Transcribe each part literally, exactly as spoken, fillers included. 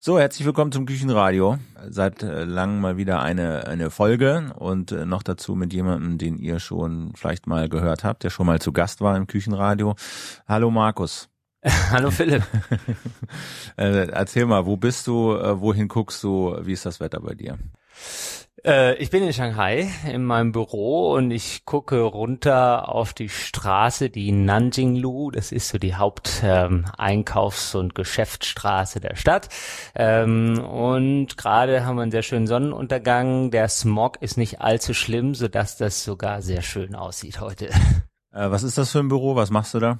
So, herzlich willkommen zum Küchenradio. Seit äh, langem mal wieder eine eine Folge und äh, noch dazu mit jemandem, den ihr schon vielleicht mal gehört habt, der schon mal zu Gast war im Küchenradio. Hallo Markus. Hallo Philipp. äh, erzähl mal, wo bist du, äh, wohin guckst du, wie ist das Wetter bei dir? Äh, ich bin in Shanghai in meinem Büro und ich gucke runter auf die Straße, die Nanjinglu. Das ist so die Haupteinkaufs- ähm, und Geschäftsstraße der Stadt. Ähm, und gerade haben wir einen sehr schönen Sonnenuntergang. Der Smog ist nicht allzu schlimm, sodass das sogar sehr schön aussieht heute. Äh, was ist das für ein Büro? Was machst du da?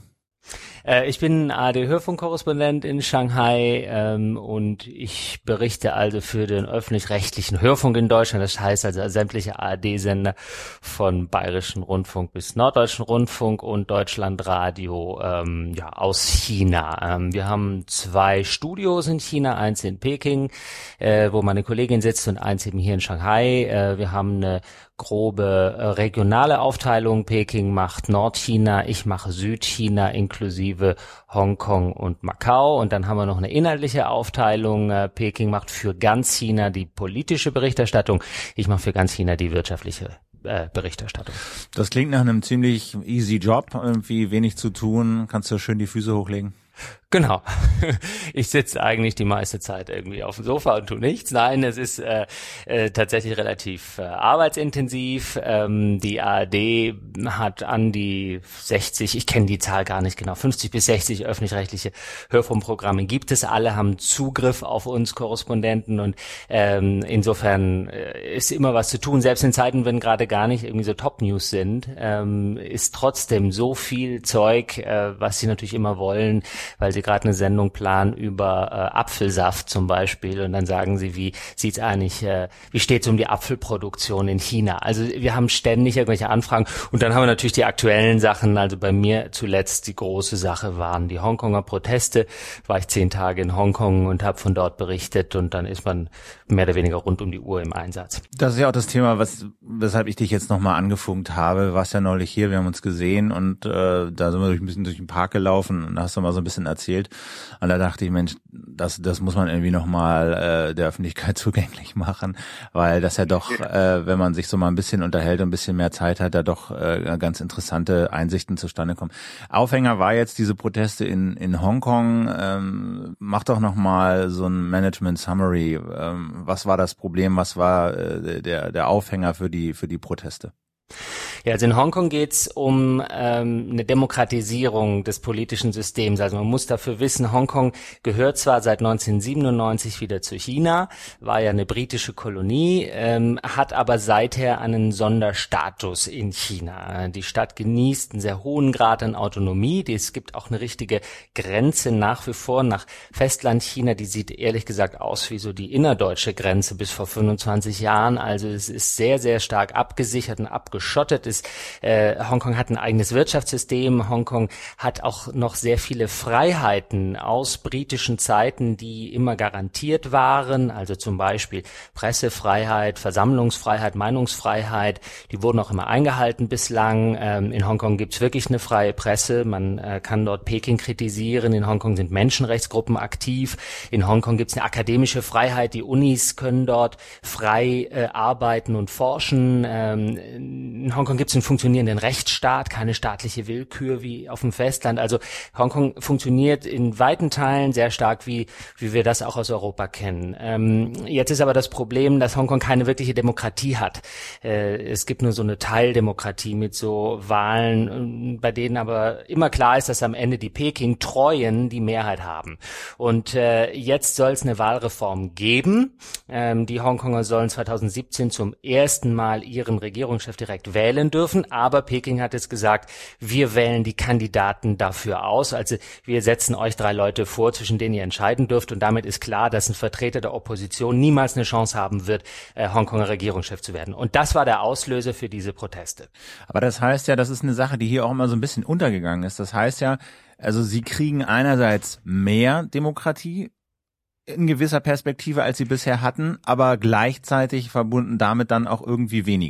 Äh, ich bin A R D-Hörfunkkorrespondent in Shanghai ähm, und ich berichte also für den öffentlich-rechtlichen Hörfunk in Deutschland. Das heißt also sämtliche A R D-Sender von Bayerischen Rundfunk bis Norddeutschen Rundfunk und Deutschlandradio ähm, ja, aus China. Ähm, wir haben zwei Studios in China, eins in Peking, äh, wo meine Kollegin sitzt, und eins eben hier in Shanghai. Äh, wir haben eine grobe äh, regionale Aufteilung. Peking macht Nordchina, ich mache Südchina inklusive Hongkong und Macau. Und dann haben wir noch eine inhaltliche Aufteilung. Äh, Peking macht für ganz China die politische Berichterstattung. Ich mache für ganz China die wirtschaftliche äh, Berichterstattung. Das klingt nach einem ziemlich easy Job, irgendwie wenig zu tun. Kannst du schön die Füße hochlegen? Genau. Ich sitze eigentlich die meiste Zeit irgendwie auf dem Sofa und tu nichts. Nein, es ist äh, äh, tatsächlich relativ äh, arbeitsintensiv. Ähm, die A R D hat an die sechzig, ich kenne die Zahl gar nicht genau, fünfzig bis sechzig öffentlich-rechtliche Hörfunkprogramme gibt es. Alle haben Zugriff auf uns Korrespondenten und ähm, insofern äh, ist immer was zu tun. Selbst in Zeiten, wenn gerade gar nicht irgendwie so Top-News sind, ähm, ist trotzdem so viel Zeug, äh, was sie natürlich immer wollen, weil sie gerade eine Sendung planen über äh, Apfelsaft zum Beispiel, und dann sagen sie, wie sieht's eigentlich, äh, wie steht's um die Apfelproduktion in China? Also wir haben ständig irgendwelche Anfragen, und dann haben wir natürlich die aktuellen Sachen. Also bei mir zuletzt die große Sache waren die Hongkonger Proteste. War ich zehn Tage in Hongkong und habe von dort berichtet, und dann ist man mehr oder weniger rund um die Uhr im Einsatz. Das ist ja auch das Thema, was weshalb ich dich jetzt nochmal angefunkt habe. Du warst ja neulich hier, wir haben uns gesehen, und äh, da sind wir durch, ein bisschen durch den Park gelaufen und hast du mal so ein bisschen erzählt. Und da dachte ich, Mensch, das das muss man irgendwie nochmal äh, der Öffentlichkeit zugänglich machen, weil das ja doch, äh, wenn man sich so mal ein bisschen unterhält und ein bisschen mehr Zeit hat, da doch äh, ganz interessante Einsichten zustande kommen. Aufhänger war jetzt diese Proteste in in Hongkong. Ähm, mach doch nochmal so ein Management Summary. Ähm, was war das Problem? Was war äh, der der Aufhänger für die für die Proteste? Ja, also in Hongkong geht's um ähm, eine Demokratisierung des politischen Systems. Also man muss dafür wissen, Hongkong gehört zwar seit neunzehnhundertsiebenundneunzig wieder zu China, war ja eine britische Kolonie, ähm, hat aber seither einen Sonderstatus in China. Die Stadt genießt einen sehr hohen Grad an Autonomie. Es gibt auch eine richtige Grenze nach wie vor nach Festlandchina. Die sieht ehrlich gesagt aus wie so die innerdeutsche Grenze bis vor fünfundzwanzig Jahren. Also es ist sehr, sehr stark abgesichert und abgeschottet. Ist, äh, Hongkong hat ein eigenes Wirtschaftssystem. Hongkong hat auch noch sehr viele Freiheiten aus britischen Zeiten, die immer garantiert waren. Also zum Beispiel Pressefreiheit, Versammlungsfreiheit, Meinungsfreiheit. Die wurden auch immer eingehalten bislang. Ähm, in Hongkong gibt's wirklich eine freie Presse. Man äh, kann dort Peking kritisieren. In Hongkong sind Menschenrechtsgruppen aktiv. In Hongkong gibt's eine akademische Freiheit. Die Unis können dort frei äh, arbeiten und forschen. Ähm, in Hongkong gibt es einen funktionierenden Rechtsstaat, keine staatliche Willkür wie auf dem Festland. Also Hongkong funktioniert in weiten Teilen sehr stark, wie wie wir das auch aus Europa kennen. Ähm, jetzt ist aber das Problem, dass Hongkong keine wirkliche Demokratie hat. Äh, es gibt nur so eine Teildemokratie mit so Wahlen, bei denen aber immer klar ist, dass am Ende die Peking-Treuen die Mehrheit haben. Und äh, jetzt soll es eine Wahlreform geben. Ähm, die Hongkonger sollen zweitausendsiebzehn zum ersten Mal ihren Regierungschef direkt wählen dürfen, aber Peking hat jetzt gesagt, wir wählen die Kandidaten dafür aus, also wir setzen euch drei Leute vor, zwischen denen ihr entscheiden dürft, und damit ist klar, dass ein Vertreter der Opposition niemals eine Chance haben wird, äh, Hongkonger Regierungschef zu werden. Und das war der Auslöser für diese Proteste. Aber das heißt ja, das ist eine Sache, die hier auch immer so ein bisschen untergegangen ist. Das heißt ja, also sie kriegen einerseits mehr Demokratie in gewisser Perspektive, als sie bisher hatten, aber gleichzeitig verbunden damit dann auch irgendwie weniger.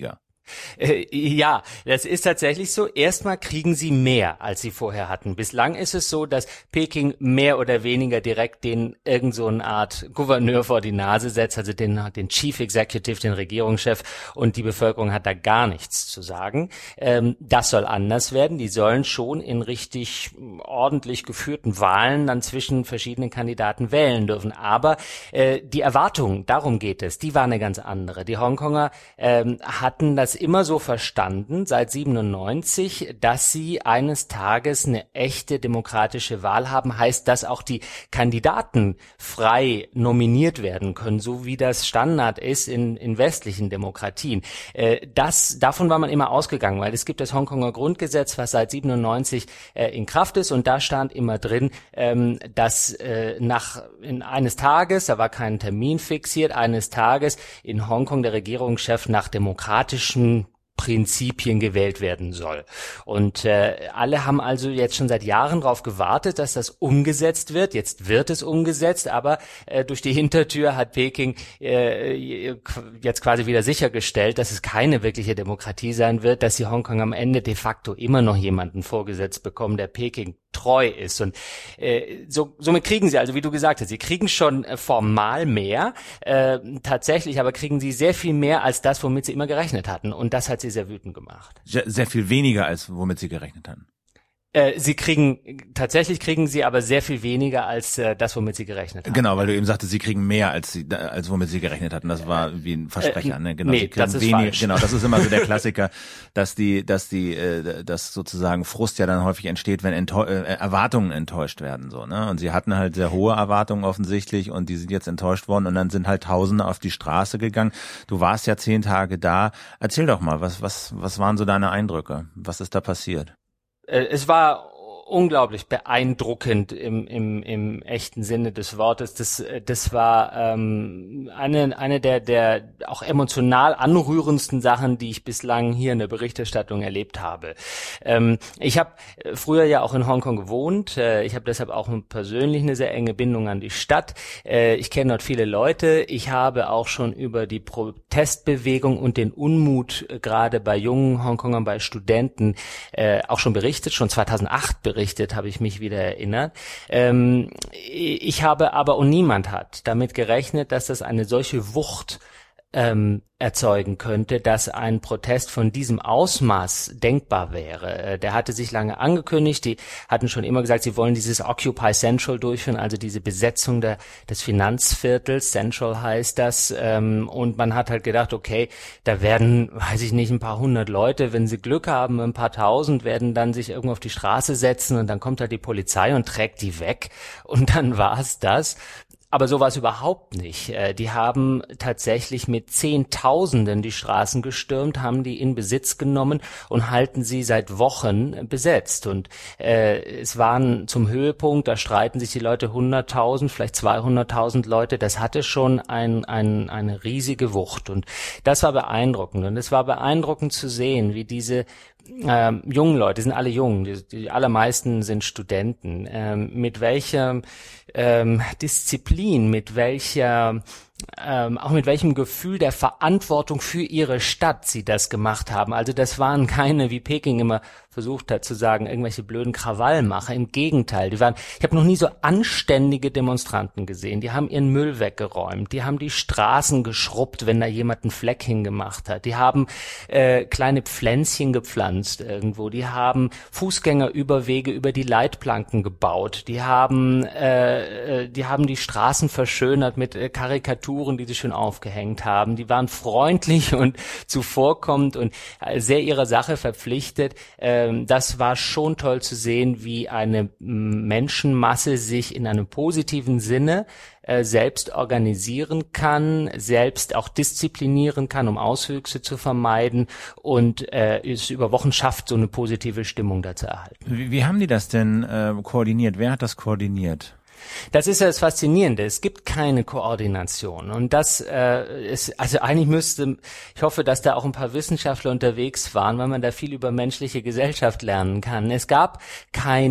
Äh, ja, das ist tatsächlich so. Erstmal kriegen sie mehr, als sie vorher hatten. Bislang ist es so, dass Peking mehr oder weniger direkt den irgend so eine Art Gouverneur vor die Nase setzt, also den, den Chief Executive, den Regierungschef, und die Bevölkerung hat da gar nichts zu sagen. Ähm, das soll anders werden. Die sollen schon in richtig ordentlich geführten Wahlen dann zwischen verschiedenen Kandidaten wählen dürfen. Aber äh, die Erwartungen, darum geht es, die war eine ganz andere. Die Hongkonger ähm, hatten das immer so verstanden, seit siebenundneunzig, dass sie eines Tages eine echte demokratische Wahl haben, heißt, dass auch die Kandidaten frei nominiert werden können, so wie das Standard ist in, in westlichen Demokratien. Äh, das, davon war man immer ausgegangen, weil es gibt das Hongkonger Grundgesetz, was seit siebenundneunzig äh, in Kraft ist, und da stand immer drin, ähm, dass äh, nach in eines Tages, da war kein Termin fixiert, eines Tages in Hongkong der Regierungschef nach demokratischen Prinzipien gewählt werden soll. Und äh, alle haben also jetzt schon seit Jahren darauf gewartet, dass das umgesetzt wird. Jetzt wird es umgesetzt, aber äh, durch die Hintertür hat Peking äh, jetzt quasi wieder sichergestellt, dass es keine wirkliche Demokratie sein wird, dass die Hongkong am Ende de facto immer noch jemanden vorgesetzt bekommen, der Peking treu ist. Und äh, so, somit kriegen sie, also wie du gesagt hast, sie kriegen schon äh, formal mehr, äh, tatsächlich aber kriegen sie sehr viel mehr als das, womit sie immer gerechnet hatten. Und das hat sie sehr wütend gemacht. Sehr, sehr viel weniger, als womit sie gerechnet hatten. Äh, sie kriegen, tatsächlich kriegen sie aber sehr viel weniger als äh, das, womit sie gerechnet haben. Genau, weil du eben sagtest, sie kriegen mehr, als sie, als womit sie gerechnet hatten. Das war wie ein Versprecher, äh, ne? Genau, nee, sie kriegen das ist weniger, falsch. genau, das ist immer so der Klassiker, dass die, dass die, äh, dass sozusagen Frust ja dann häufig entsteht, wenn Enttäu- äh, Erwartungen enttäuscht werden, so, ne? Und sie hatten halt sehr hohe Erwartungen offensichtlich und die sind jetzt enttäuscht worden und dann sind halt Tausende auf die Straße gegangen. Du warst ja zehn Tage da. Erzähl doch mal, was, was, was waren so deine Eindrücke? Was ist da passiert? Äh, es war unglaublich beeindruckend im, im, im echten Sinne des Wortes. Das, das war ähm, eine, eine der, der auch emotional anrührendsten Sachen, die ich bislang hier in der Berichterstattung erlebt habe. Ähm, ich habe früher ja auch in Hongkong gewohnt. Äh, ich habe deshalb auch persönlich eine sehr enge Bindung an die Stadt. Äh, ich kenne dort viele Leute. Ich habe auch schon über die Protestbewegung und den Unmut äh, gerade bei jungen Hongkongern, bei Studenten äh, auch schon berichtet, schon zweitausendacht berichtet. Berichtet, habe ich mich wieder erinnert. Ähm, ich habe aber, und niemand hat damit gerechnet, dass das eine solche Wucht ähm, erzeugen könnte, dass ein Protest von diesem Ausmaß denkbar wäre. Der hatte sich lange angekündigt, die hatten schon immer gesagt, sie wollen dieses Occupy Central durchführen, also diese Besetzung der, des Finanzviertels, Central heißt das, ähm, und man hat halt gedacht, okay, da werden, weiß ich nicht, ein paar hundert Leute, wenn sie Glück haben, ein paar tausend, werden dann sich irgendwo auf die Straße setzen und dann kommt halt die Polizei und trägt die weg und dann war's das. Aber so war es überhaupt nicht. Die haben tatsächlich mit Zehntausenden die Straßen gestürmt, haben die in Besitz genommen und halten sie seit Wochen besetzt. Und äh, es waren zum Höhepunkt, da streiten sich die Leute hunderttausend, vielleicht zweihunderttausend Leute. Das hatte schon ein, ein, eine riesige Wucht. Und das war beeindruckend. Und es war beeindruckend zu sehen, wie diese ähm, jungen Leute, die sind alle jung, die, die allermeisten sind Studenten, ähm, mit welcher ähm, Disziplin, mit welcher Ähm, auch mit welchem Gefühl der Verantwortung für ihre Stadt sie das gemacht haben. Also das waren keine, wie Peking immer versucht hat zu sagen, irgendwelche blöden Krawallmacher. Im Gegenteil, die waren, ich habe noch nie so anständige Demonstranten gesehen. Die haben ihren Müll weggeräumt, die haben die Straßen geschrubbt, wenn da jemand einen Fleck hingemacht hat. Die haben äh, kleine Pflänzchen gepflanzt irgendwo. Die haben Fußgängerüberwege über die Leitplanken gebaut. Die haben, äh, die haben die Straßen verschönert mit äh, Karikaturen, die sie schön aufgehängt haben. Die waren freundlich und zuvorkommend und sehr ihrer Sache verpflichtet. Das war schon toll zu sehen, wie eine Menschenmasse sich in einem positiven Sinne selbst organisieren kann, selbst auch disziplinieren kann, um Auswüchse zu vermeiden und es über Wochen schafft, so eine positive Stimmung da zu erhalten. Wie, wie haben die das denn äh, koordiniert? Wer hat das koordiniert? Das ist ja das Faszinierende. Es gibt keine Koordination. Und das äh, ist, also eigentlich müsste, ich hoffe, dass da auch ein paar Wissenschaftler unterwegs waren, weil man da viel über menschliche Gesellschaft lernen kann. Es gab keine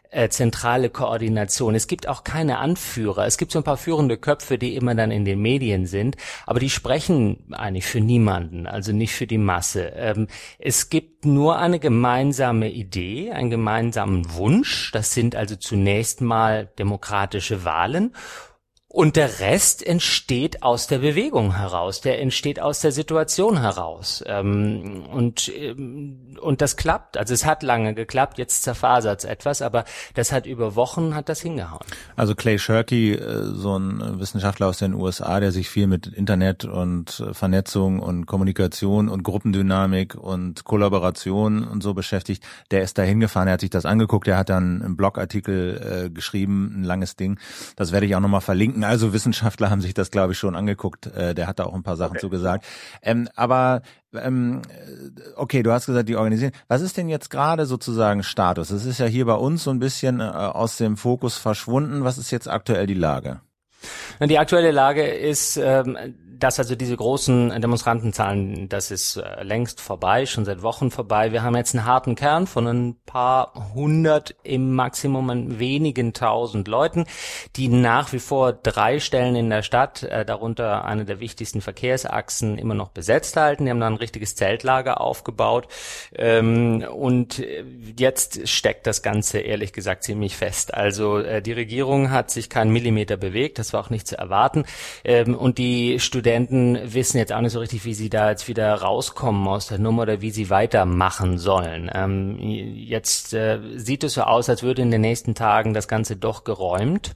äh, zentrale Koordination. Es gibt auch keine Anführer. Es gibt so ein paar führende Köpfe, die immer dann in den Medien sind, aber die sprechen eigentlich für niemanden, also nicht für die Masse. Ähm, es gibt nur eine gemeinsame Idee, einen gemeinsamen Wunsch. Das sind also zunächst mal demokratische Wahlen. Und der Rest entsteht aus der Bewegung heraus, der entsteht aus der Situation heraus. Ähm, und, und das klappt. Also es hat lange geklappt, jetzt zerfasert es etwas, aber das hat über Wochen hat das hingehauen. Also Clay Shirky, so ein Wissenschaftler aus den U S A, der sich viel mit Internet und Vernetzung und Kommunikation und Gruppendynamik und Kollaboration und so beschäftigt, der ist da hingefahren, er hat sich das angeguckt, der hat dann einen Blogartikel äh, geschrieben, ein langes Ding. Das werde ich auch nochmal verlinken. Also Wissenschaftler haben sich das, glaube ich, schon angeguckt. Äh, der hat da auch ein paar Sachen okay. zu gesagt. Ähm, aber ähm, okay, du hast gesagt, die organisieren. Was ist denn jetzt gerade sozusagen Status? Es ist ja hier bei uns so ein bisschen äh, aus dem Fokus verschwunden. Was ist jetzt aktuell die Lage? Die aktuelle Lage ist, ähm, dass also diese großen Demonstrantenzahlen, das ist äh, längst vorbei, schon seit Wochen vorbei. Wir haben jetzt einen harten Kern von ein paar hundert, im Maximum an wenigen tausend Leuten, die nach wie vor drei Stellen in der Stadt, äh, darunter eine der wichtigsten Verkehrsachsen, immer noch besetzt halten. Die haben da ein richtiges Zeltlager aufgebaut. Ähm, und jetzt steckt das Ganze ehrlich gesagt ziemlich fest. Also äh, die Regierung hat sich keinen Millimeter bewegt, das war auch nicht zu erwarten. Ähm, und die Studenten Studenten wissen jetzt auch nicht so richtig, wie sie da jetzt wieder rauskommen aus der Nummer oder wie sie weitermachen sollen. Ähm, jetzt äh, sieht es so aus, als würde in den nächsten Tagen das Ganze doch geräumt.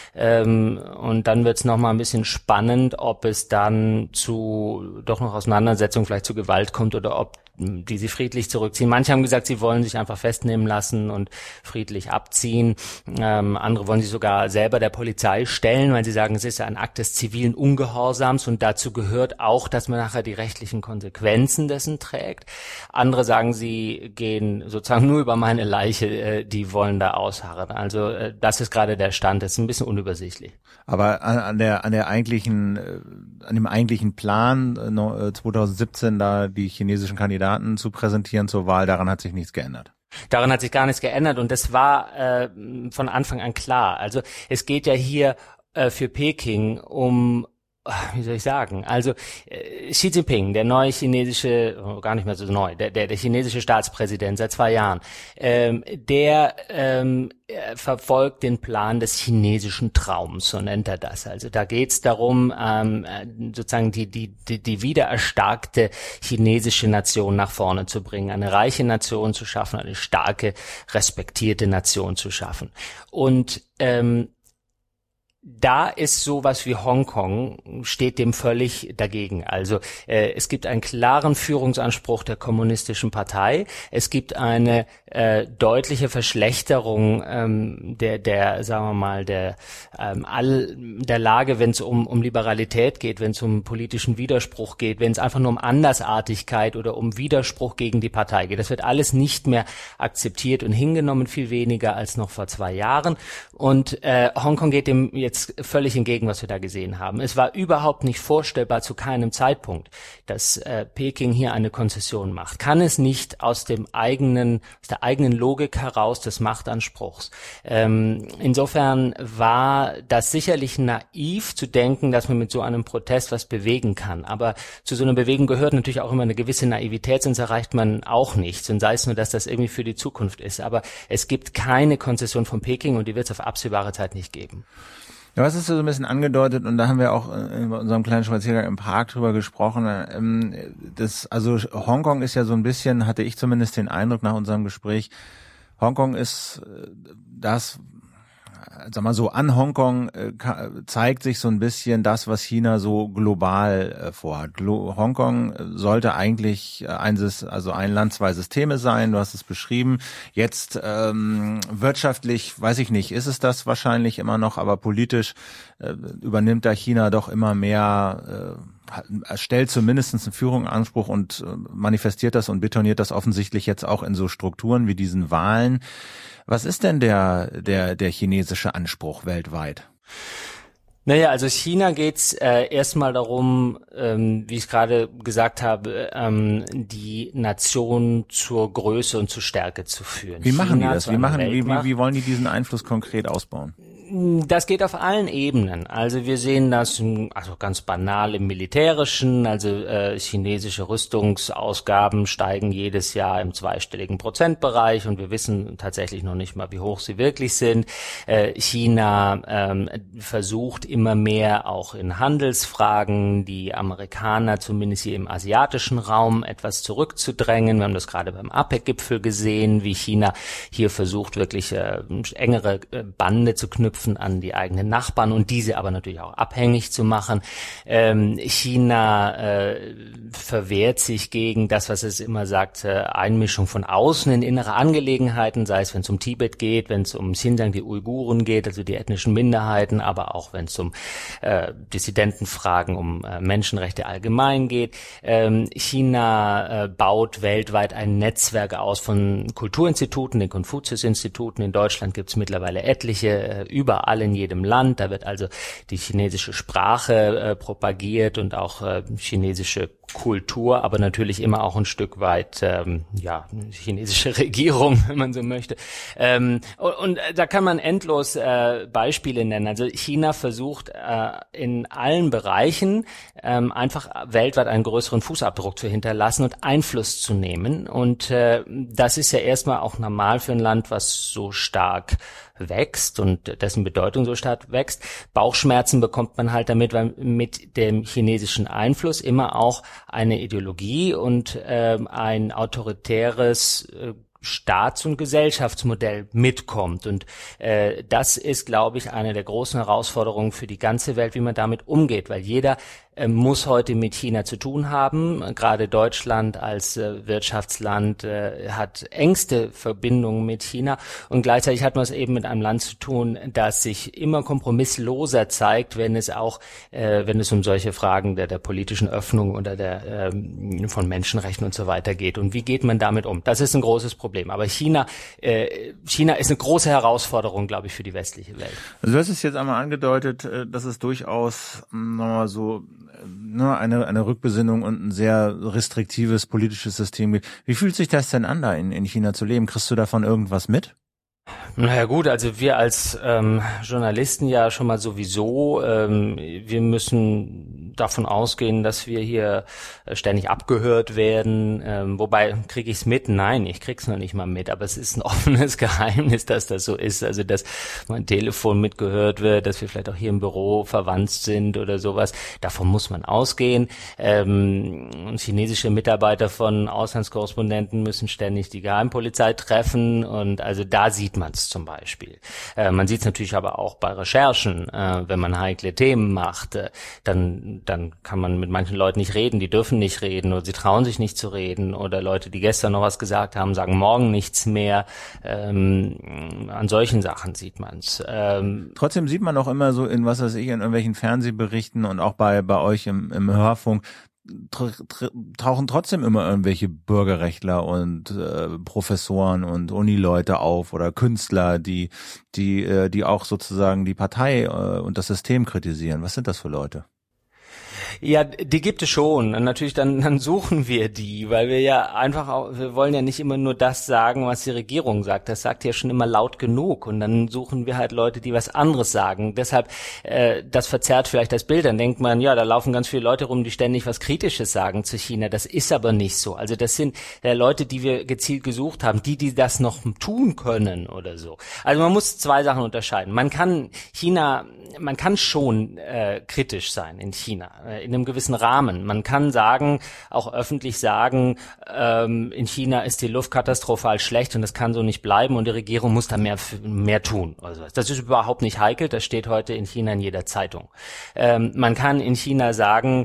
Ähm, und dann wird es nochmal ein bisschen spannend, ob es dann zu doch noch Auseinandersetzungen, vielleicht zu Gewalt kommt oder ob die sie friedlich zurückziehen. Manche haben gesagt, sie wollen sich einfach festnehmen lassen und friedlich abziehen. Ähm, andere wollen sich sogar selber der Polizei stellen, weil sie sagen, es ist ja ein Akt des zivilen Ungehorsams und dazu gehört auch, dass man nachher die rechtlichen Konsequenzen dessen trägt. Andere sagen, sie gehen sozusagen nur über meine Leiche, äh, die wollen da ausharren. Also äh, das ist gerade der Stand. Das ist ein bisschen unübersichtlich. Aber an, an der an der eigentlichen an dem eigentlichen Plan äh, zwanzig siebzehn da die chinesischen Kandidaten zu präsentieren zur Wahl, daran hat sich nichts geändert. Daran hat sich gar nichts geändert und das war äh, von Anfang an klar. Also es geht ja hier äh, für Peking um, wie soll ich sagen, also äh, Xi Jinping, der neue chinesische, oh, gar nicht mehr so neu, der, der, der chinesische Staatspräsident seit zwei Jahren, ähm, der ähm, verfolgt den Plan des chinesischen Traums, so nennt er das. Also da geht es darum, ähm, sozusagen die, die, die, die wiedererstarkte chinesische Nation nach vorne zu bringen, eine reiche Nation zu schaffen, eine starke, respektierte Nation zu schaffen. Und ähm, da ist sowas wie Hongkong, steht dem völlig dagegen. Also äh, es gibt einen klaren Führungsanspruch der kommunistischen Partei. Es gibt eine äh, deutliche Verschlechterung ähm, der, der, sagen wir mal, der ähm, all der Lage, wenn es um um Liberalität geht, wenn es um politischen Widerspruch geht, wenn es einfach nur um Andersartigkeit oder um Widerspruch gegen die Partei geht. Das wird alles nicht mehr akzeptiert und hingenommen, viel weniger als noch vor zwei Jahren. Und äh, Hongkong geht dem jetzt völlig entgegen, was wir da gesehen haben. Es war überhaupt nicht vorstellbar zu keinem Zeitpunkt, dass äh, Peking hier eine Konzession macht. Kann es nicht aus dem eigenen, aus der eigenen Logik heraus des Machtanspruchs. Ähm, insofern war das sicherlich naiv zu denken, dass man mit so einem Protest was bewegen kann. Aber zu so einer Bewegung gehört natürlich auch immer eine gewisse Naivität, sonst erreicht man auch nichts. Und sei es nur, dass das irgendwie für die Zukunft ist. Aber es gibt keine Konzession von Peking und die wird es auf absehbare Zeit nicht geben. Ja, was ist so ein bisschen angedeutet und da haben wir auch in unserem kleinen Spaziergang im Park drüber gesprochen. Das, also Hongkong ist ja so ein bisschen, hatte ich zumindest den Eindruck nach unserem Gespräch, Hongkong ist das, sag mal so, an Hongkong äh, zeigt sich so ein bisschen das, was China so global äh, vorhat. Glo- Hongkong sollte eigentlich ein, also ein Land, zwei Systeme sein, du hast es beschrieben. Jetzt ähm, wirtschaftlich, weiß ich nicht, ist es das wahrscheinlich immer noch, aber politisch äh, übernimmt da China doch immer mehr, äh, stellt zumindest einen Führungsanspruch und äh, manifestiert das und betoniert das offensichtlich jetzt auch in so Strukturen wie diesen Wahlen. Was ist denn der der der chinesische Anspruch weltweit? Naja, also China geht's äh, erstmal darum, ähm, wie ich gerade gesagt habe, ähm, die Nation zur Größe und zur Stärke zu führen. Wie machen China die das? zu Wie einer machen, wie, wie, Weltmacht. wie wollen die diesen Einfluss konkret ausbauen? Das geht auf allen Ebenen. Also wir sehen das also ganz banal im Militärischen. Also äh, chinesische Rüstungsausgaben steigen jedes Jahr im zweistelligen Prozentbereich und wir wissen tatsächlich noch nicht mal, wie hoch sie wirklich sind. Äh, China ähm, versucht immer mehr auch in Handelsfragen die Amerikaner zumindest hier im asiatischen Raum etwas zurückzudrängen. Wir haben das gerade beim APEC-Gipfel gesehen, wie China hier versucht, wirklich äh, engere äh, Bande zu knüpfen an die eigenen Nachbarn und diese aber natürlich auch abhängig zu machen. Ähm, China äh, verwehrt sich gegen das, was es immer sagt, äh, Einmischung von außen in innere Angelegenheiten, sei es, wenn es um Tibet geht, wenn es um Xinjiang, die Uiguren geht, also die ethnischen Minderheiten, aber auch wenn es um äh, Dissidentenfragen, um äh, Menschenrechte allgemein geht. Ähm, China äh, baut weltweit ein Netzwerk aus von Kulturinstituten, den Konfuzius-Instituten. In Deutschland gibt es mittlerweile etliche, äh, überall in jedem Land. Da wird also die chinesische Sprache äh, propagiert und auch äh, chinesische Kultur, aber natürlich immer auch ein Stück weit ähm, ja chinesische Regierung, wenn man so möchte. Ähm, und, und da kann man endlos äh, Beispiele nennen. Also China versucht äh, in allen Bereichen ähm, einfach weltweit einen größeren Fußabdruck zu hinterlassen und Einfluss zu nehmen. Und äh, das ist ja erstmal auch normal für ein Land, was so stark wächst und dessen Bedeutung so stark wächst. Bauchschmerzen bekommt man halt damit, weil mit dem chinesischen Einfluss immer auch eine Ideologie und äh, ein autoritäres äh, Staats- und Gesellschaftsmodell mitkommt. Und äh, das ist, glaube ich, eine der großen Herausforderungen für die ganze Welt, wie man damit umgeht, weil jeder äh, muss heute mit China zu tun haben. Gerade Deutschland als äh, Wirtschaftsland äh, hat engste Verbindungen mit China und gleichzeitig hat man es eben mit einem Land zu tun, das sich immer kompromissloser zeigt, wenn es auch, äh, wenn es um solche Fragen der, der politischen Öffnung oder der äh, von Menschenrechten und so weiter geht. Und wie geht man damit um? Das ist ein großes Problem. Aber China, äh, China ist eine große Herausforderung, glaube ich, für die westliche Welt. Also du hast es jetzt einmal angedeutet, dass es durchaus nochmal so ne, eine eine Rückbesinnung und ein sehr restriktives politisches System gibt. Wie fühlt sich das denn an, da in, in China zu leben? Kriegst du davon irgendwas mit? Naja gut, also wir als ähm, Journalisten ja schon mal sowieso, ähm, wir müssen davon ausgehen, dass wir hier äh, ständig abgehört werden. Ähm, wobei, kriege ich's mit? Nein, ich krieg's noch nicht mal mit. Aber es ist ein offenes Geheimnis, dass das so ist. Also dass mein Telefon mitgehört wird, dass wir vielleicht auch hier im Büro verwandt sind oder sowas. Davon muss man ausgehen. Ähm, chinesische Mitarbeiter von Auslandskorrespondenten müssen ständig die Geheimpolizei treffen und also da sieht man es zum Beispiel. Äh, man sieht es natürlich aber auch bei Recherchen, äh, wenn man heikle Themen macht, äh, dann dann kann man mit manchen Leuten nicht reden, die dürfen nicht reden oder sie trauen sich nicht zu reden oder Leute, die gestern noch was gesagt haben, sagen morgen nichts mehr. Ähm, an solchen Sachen sieht man es. Ähm, Trotzdem sieht man auch immer so in, was weiß ich, in irgendwelchen Fernsehberichten und auch bei bei euch im, im Hörfunk, tr- tr- tauchen trotzdem immer irgendwelche Bürgerrechtler und äh, Professoren und Unileute auf oder Künstler, die die äh, die auch sozusagen die Partei äh, und das System kritisieren. Was sind das für Leute? Ja, die gibt es schon. Und natürlich dann, dann suchen wir die, weil wir ja einfach auch, wir wollen ja nicht immer nur das sagen, was die Regierung sagt. Das sagt ja schon immer laut genug. Und dann suchen wir halt Leute, die was anderes sagen. Deshalb, äh, das verzerrt vielleicht das Bild. Dann denkt man, ja, da laufen ganz viele Leute rum, die ständig was Kritisches sagen zu China. Das ist aber nicht so. Also das sind äh, Leute, die wir gezielt gesucht haben, die, die das noch tun können oder so. Also man muss zwei Sachen unterscheiden. Man kann China, man kann schon äh, kritisch sein in China. Äh, in einem gewissen Rahmen. Man kann sagen, auch öffentlich sagen, ähm, in China ist die Luft katastrophal schlecht und das kann so nicht bleiben und die Regierung muss da mehr mehr tun. Also das ist überhaupt nicht heikel, das steht heute in China in jeder Zeitung. Ähm, man kann in China sagen,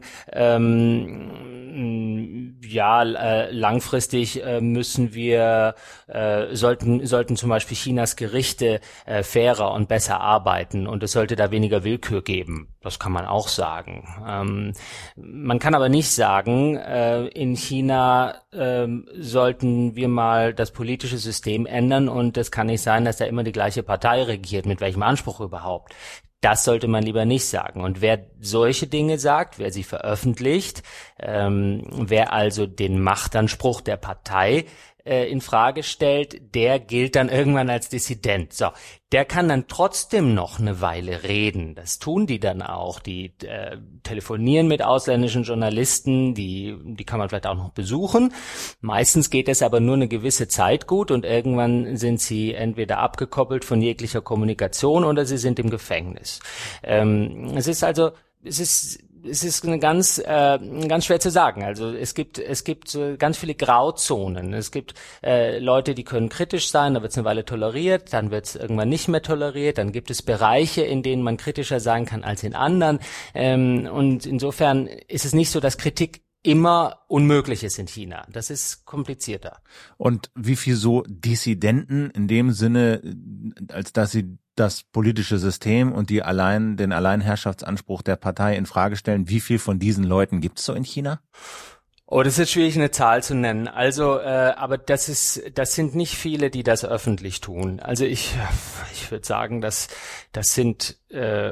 ähm, ja, äh, langfristig äh, müssen wir, äh, sollten sollten zum Beispiel Chinas Gerichte äh, fairer und besser arbeiten und es sollte da weniger Willkür geben. Das kann man auch sagen. Ähm, man kann aber nicht sagen, äh, in China äh, sollten wir mal das politische System ändern und es kann nicht sein, dass da immer die gleiche Partei regiert. Mit welchem Anspruch überhaupt? Das sollte man lieber nicht sagen. Und wer solche Dinge sagt, wer sie veröffentlicht, ähm, wer also den Machtanspruch der Partei äh, in Frage stellt, der gilt dann irgendwann als Dissident. So, der kann dann trotzdem noch eine Weile reden. Das tun die dann auch. Die äh, telefonieren mit ausländischen Journalisten, die die kann man vielleicht auch noch besuchen. Meistens geht es aber nur eine gewisse Zeit gut und irgendwann sind sie entweder abgekoppelt von jeglicher Kommunikation oder sie sind im Gefängnis. Ähm, es ist also, es ist Es ist eine ganz, äh, ganz schwer zu sagen. Also es gibt, es gibt äh, ganz viele Grauzonen. Es gibt äh, Leute, die können kritisch sein, da wird es eine Weile toleriert, dann wird es irgendwann nicht mehr toleriert. Dann gibt es Bereiche, in denen man kritischer sein kann als in anderen. Ähm, und insofern ist es nicht so, dass Kritik immer unmöglich ist in China. Das ist komplizierter. Und wie viel so Dissidenten in dem Sinne, als dass sie das politische System und die allein den Alleinherrschaftsanspruch der Partei in Frage stellen, wie viel von diesen Leuten gibt es so in China? Oh, das ist schwierig, eine Zahl zu nennen. Also, äh, aber das ist, das sind nicht viele, die das öffentlich tun. Also ich, ich würde sagen, dass das sind äh,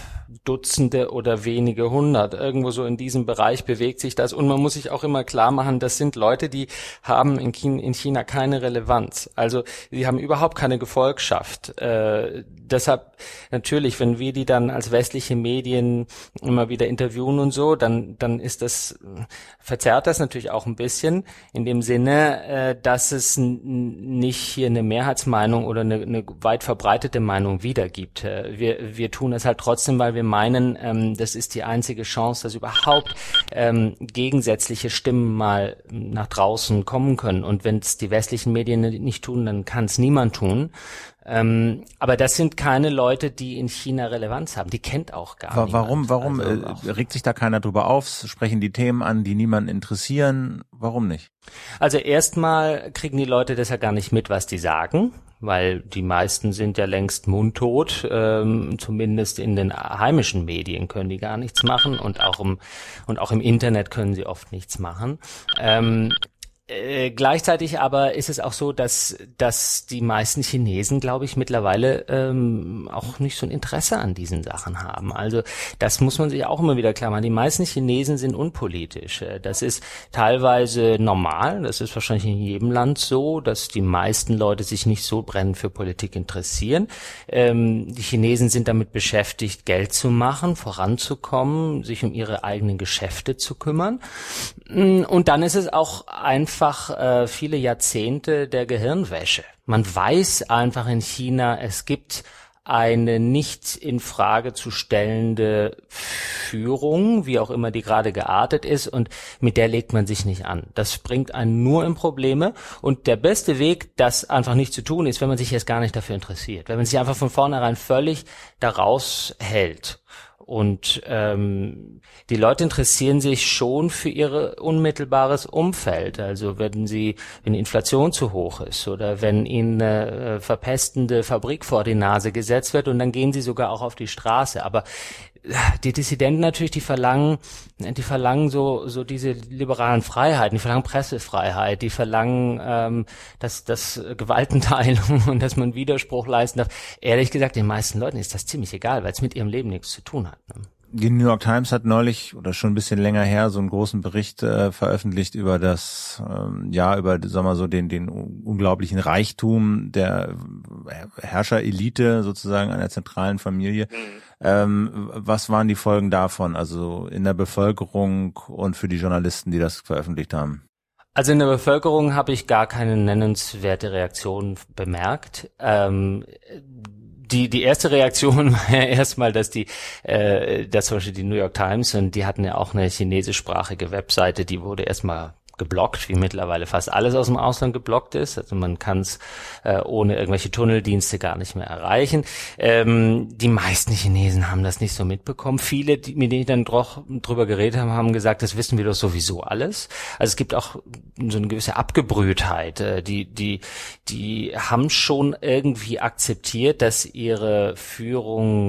Dutzende oder wenige hundert. Irgendwo so in diesem Bereich bewegt sich das. Und man muss sich auch immer klar machen, das sind Leute, die haben in China, in China keine Relevanz. Also sie haben überhaupt keine Gefolgschaft. Äh, deshalb natürlich, wenn wir die dann als westliche Medien immer wieder interviewen und so, dann dann ist das, verzerrt das natürlich auch ein bisschen in dem Sinne, äh, dass es n- nicht hier eine Mehrheitsmeinung oder eine, eine weit verbreitete Meinung wiedergibt. Äh, wir wir tun es halt trotzdem, weil wir meinen, ähm, das ist die einzige Chance, dass überhaupt ähm, gegensätzliche Stimmen mal nach draußen kommen können. Und wenn es die westlichen Medien nicht tun, dann kann es niemand tun. Ähm, aber das sind keine Leute, die in China Relevanz haben. Die kennt auch gar niemand. Warum, warum also äh, regt sich da keiner drüber auf? Sprechen die Themen an, die niemanden interessieren? Warum nicht? Also erstmal kriegen die Leute das ja gar nicht mit, was die sagen, weil die meisten sind ja längst mundtot. Ähm, zumindest in den heimischen Medien können die gar nichts machen und auch im und auch im Internet können sie oft nichts machen. Ähm, Äh, gleichzeitig aber ist es auch so, dass dass die meisten Chinesen, glaube ich, mittlerweile ähm, auch nicht so ein Interesse an diesen Sachen haben. Also das muss man sich auch immer wieder klar machen. Die meisten Chinesen sind unpolitisch. Das ist teilweise normal. Das ist wahrscheinlich in jedem Land so, dass die meisten Leute sich nicht so brennend für Politik interessieren. Ähm, die Chinesen sind damit beschäftigt, Geld zu machen, voranzukommen, sich um ihre eigenen Geschäfte zu kümmern. Und dann ist es auch einfach einfach äh, viele Jahrzehnte der Gehirnwäsche. Man weiß einfach in China, es gibt eine nicht in Frage zu stellende Führung, wie auch immer die gerade geartet ist, und mit der legt man sich nicht an. Das bringt einen nur in Probleme, und der beste Weg, das einfach nicht zu tun, ist, wenn man sich jetzt gar nicht dafür interessiert, wenn man sich einfach von vornherein völlig da raushält. Und ähm, die Leute interessieren sich schon für ihr unmittelbares Umfeld. Also wenn sie, wenn die Inflation zu hoch ist oder wenn ihnen eine verpestende Fabrik vor die Nase gesetzt wird, und dann gehen sie sogar auch auf die Straße. Aber die Dissidenten natürlich, die verlangen, die verlangen so so diese liberalen Freiheiten, die verlangen Pressefreiheit, die verlangen, ähm, dass das Gewaltenteilung und dass man Widerspruch leisten darf. Ehrlich gesagt, den meisten Leuten ist das ziemlich egal, weil es mit ihrem Leben nichts zu tun hat. Ne? Die New York Times hat neulich oder schon ein bisschen länger her so einen großen Bericht äh, veröffentlicht über das, ähm, ja, über, sagen wir mal so, den, den unglaublichen Reichtum der Herrscherelite sozusagen einer zentralen Familie. Mhm. Ähm, was waren die Folgen davon, also in der Bevölkerung und für die Journalisten, die das veröffentlicht haben? Also in der Bevölkerung habe ich gar keine nennenswerte Reaktion bemerkt. Ähm, Die die erste Reaktion war ja erstmal, dass die, äh, dass zum Beispiel die New York Times, und die hatten ja auch eine chinesischsprachige Webseite, die wurde erstmal geblockt, wie mittlerweile fast alles aus dem Ausland geblockt ist. Also man kann es äh, ohne irgendwelche Tunneldienste gar nicht mehr erreichen. Ähm, die meisten Chinesen haben das nicht so mitbekommen. Viele, die, mit denen ich dann doch drüber geredet habe, haben gesagt, das wissen wir doch sowieso alles. Also es gibt auch so eine gewisse Abgebrühtheit. Äh, die, die, die haben schon irgendwie akzeptiert, dass ihre Führung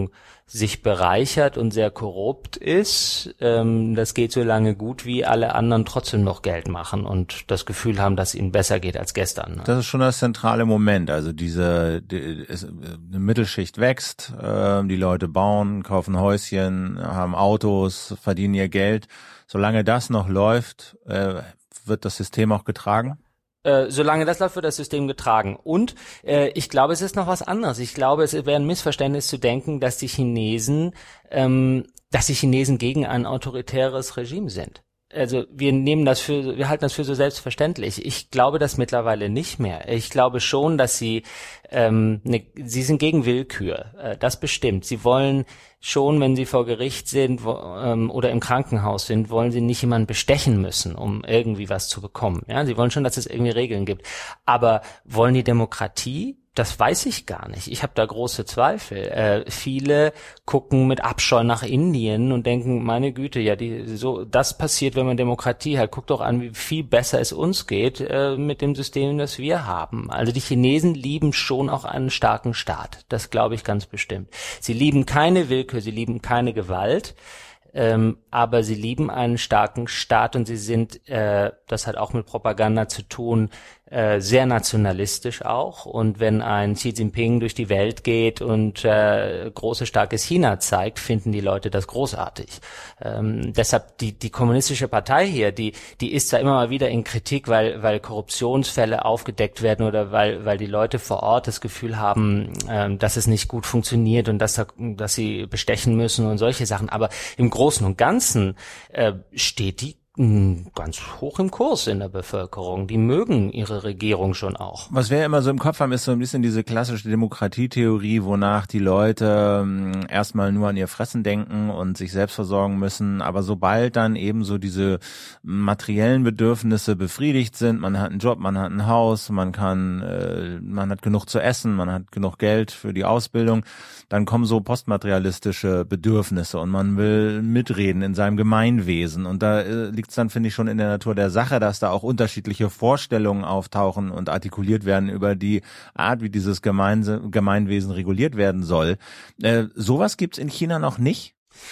sich bereichert und sehr korrupt ist. Ähm, das geht so lange gut, wie alle anderen trotzdem noch Geld machen und das Gefühl haben, dass ihnen besser geht als gestern. Ne? Das ist schon das zentrale Moment. Also diese die, es, eine Mittelschicht wächst, äh, die Leute bauen, kaufen Häuschen, haben Autos, verdienen ihr Geld. Solange das noch läuft, äh, wird das System auch getragen? Äh, solange das läuft, wird das System getragen. Und äh, ich glaube, es ist noch was anderes. Ich glaube, es wäre ein Missverständnis zu denken, dass die Chinesen, ähm, dass die Chinesen gegen ein autoritäres Regime sind. Also wir nehmen das für, wir halten das für so selbstverständlich. Ich glaube das mittlerweile nicht mehr. Ich glaube schon, dass sie, ähm, ne, sie sind gegen Willkür. Äh, das bestimmt. Sie wollen schon, wenn sie vor Gericht sind wo, ähm, oder im Krankenhaus sind, wollen sie nicht jemanden bestechen müssen, um irgendwie was zu bekommen. Ja, sie wollen schon, dass es irgendwie Regeln gibt. Aber wollen die Demokratie? Das weiß ich gar nicht. Ich habe da große Zweifel. Äh, viele gucken mit Abscheu nach Indien und denken, meine Güte, ja, die, so das passiert, wenn man Demokratie hat. Guck doch an, wie viel besser es uns geht äh, mit dem System, das wir haben. Also die Chinesen lieben schon auch einen starken Staat. Das glaube ich ganz bestimmt. Sie lieben keine Willkür, sie lieben keine Gewalt. Ähm, aber sie lieben einen starken Staat und sie sind, äh, das hat auch mit Propaganda zu tun, äh, sehr nationalistisch auch. Und wenn ein Xi Jinping durch die Welt geht und äh, großes, starkes China zeigt, finden die Leute das großartig. Ähm, deshalb die die kommunistische Partei hier, die die ist da immer mal wieder in Kritik, weil weil Korruptionsfälle aufgedeckt werden oder weil weil die Leute vor Ort das Gefühl haben, ähm, dass es nicht gut funktioniert und dass da, dass sie bestechen müssen und solche Sachen. Aber im Großen und Ganzen äh, steht die ganz hoch im Kurs in der Bevölkerung. Die mögen ihre Regierung schon auch. Was wir immer so im Kopf haben, ist so ein bisschen diese klassische Demokratietheorie, wonach die Leute ähm, erstmal nur an ihr Fressen denken und sich selbst versorgen müssen. Aber sobald dann eben so diese materiellen Bedürfnisse befriedigt sind, man hat einen Job, man hat ein Haus, man kann, äh, man hat genug zu essen, man hat genug Geld für die Ausbildung, dann kommen so postmaterialistische Bedürfnisse und man will mitreden in seinem Gemeinwesen. Und da äh, liegt es dann, finde ich, schon in der Natur der Sache, dass da auch unterschiedliche Vorstellungen auftauchen und artikuliert werden über die Art, wie dieses Gemein- Gemeinwesen reguliert werden soll. Äh, sowas gibt's in China noch nicht?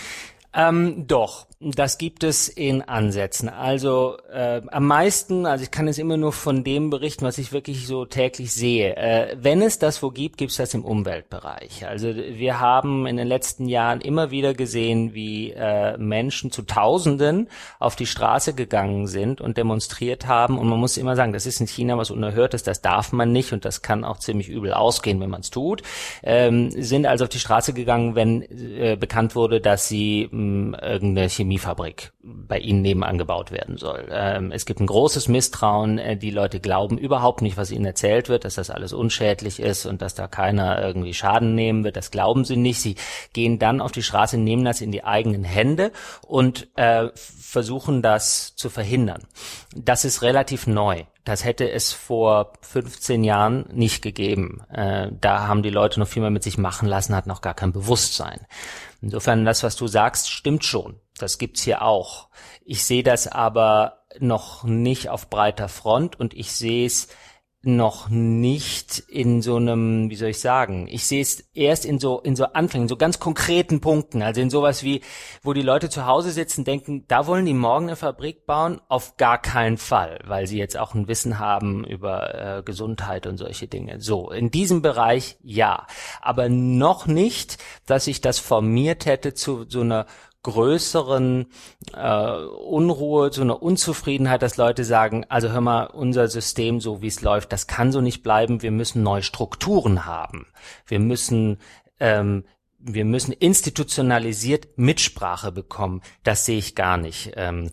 Ähm, doch, das gibt es in Ansätzen. Also äh, am meisten, also ich kann es immer nur von dem berichten, was ich wirklich so täglich sehe. Äh, wenn es das wo gibt, gibt es das im Umweltbereich. Also wir haben in den letzten Jahren immer wieder gesehen, wie äh, Menschen zu Tausenden auf die Straße gegangen sind und demonstriert haben. Und man muss immer sagen, das ist in China was Unerhörtes, das darf man nicht und das kann auch ziemlich übel ausgehen, wenn man es tut. Ähm, sind also auf die Straße gegangen, wenn äh, bekannt wurde, dass sie irgendeine Chemiefabrik bei ihnen nebenan gebaut werden soll. Ähm, es gibt ein großes Misstrauen. Äh, die Leute glauben überhaupt nicht, was ihnen erzählt wird, dass das alles unschädlich ist und dass da keiner irgendwie Schaden nehmen wird. Das glauben sie nicht. Sie gehen dann auf die Straße, nehmen das in die eigenen Hände und äh, versuchen das zu verhindern. Das ist relativ neu. Das hätte es vor fünfzehn Jahren nicht gegeben. Äh, da haben die Leute noch viel mehr mit sich machen lassen, hatten noch gar kein Bewusstsein. Insofern, das, was du sagst, stimmt schon. Das gibt's hier auch. Ich sehe das aber noch nicht auf breiter Front und ich sehe es noch nicht in so einem, wie soll ich sagen, ich sehe es erst in so in so Anfängen, so ganz konkreten Punkten, also in sowas wie, wo die Leute zu Hause sitzen, denken, da wollen die morgen eine Fabrik bauen, auf gar keinen Fall, weil sie jetzt auch ein Wissen haben über äh, Gesundheit und solche Dinge. So, in diesem Bereich ja, aber noch nicht, dass ich das formiert hätte zu so einer größeren äh, Unruhe, zu einer Unzufriedenheit, dass Leute sagen, also hör mal, unser System, so wie es läuft, das kann so nicht bleiben, wir müssen neue Strukturen haben. Wir müssen ähm, wir müssen institutionalisiert Mitsprache bekommen. Das sehe ich gar nicht. Ähm,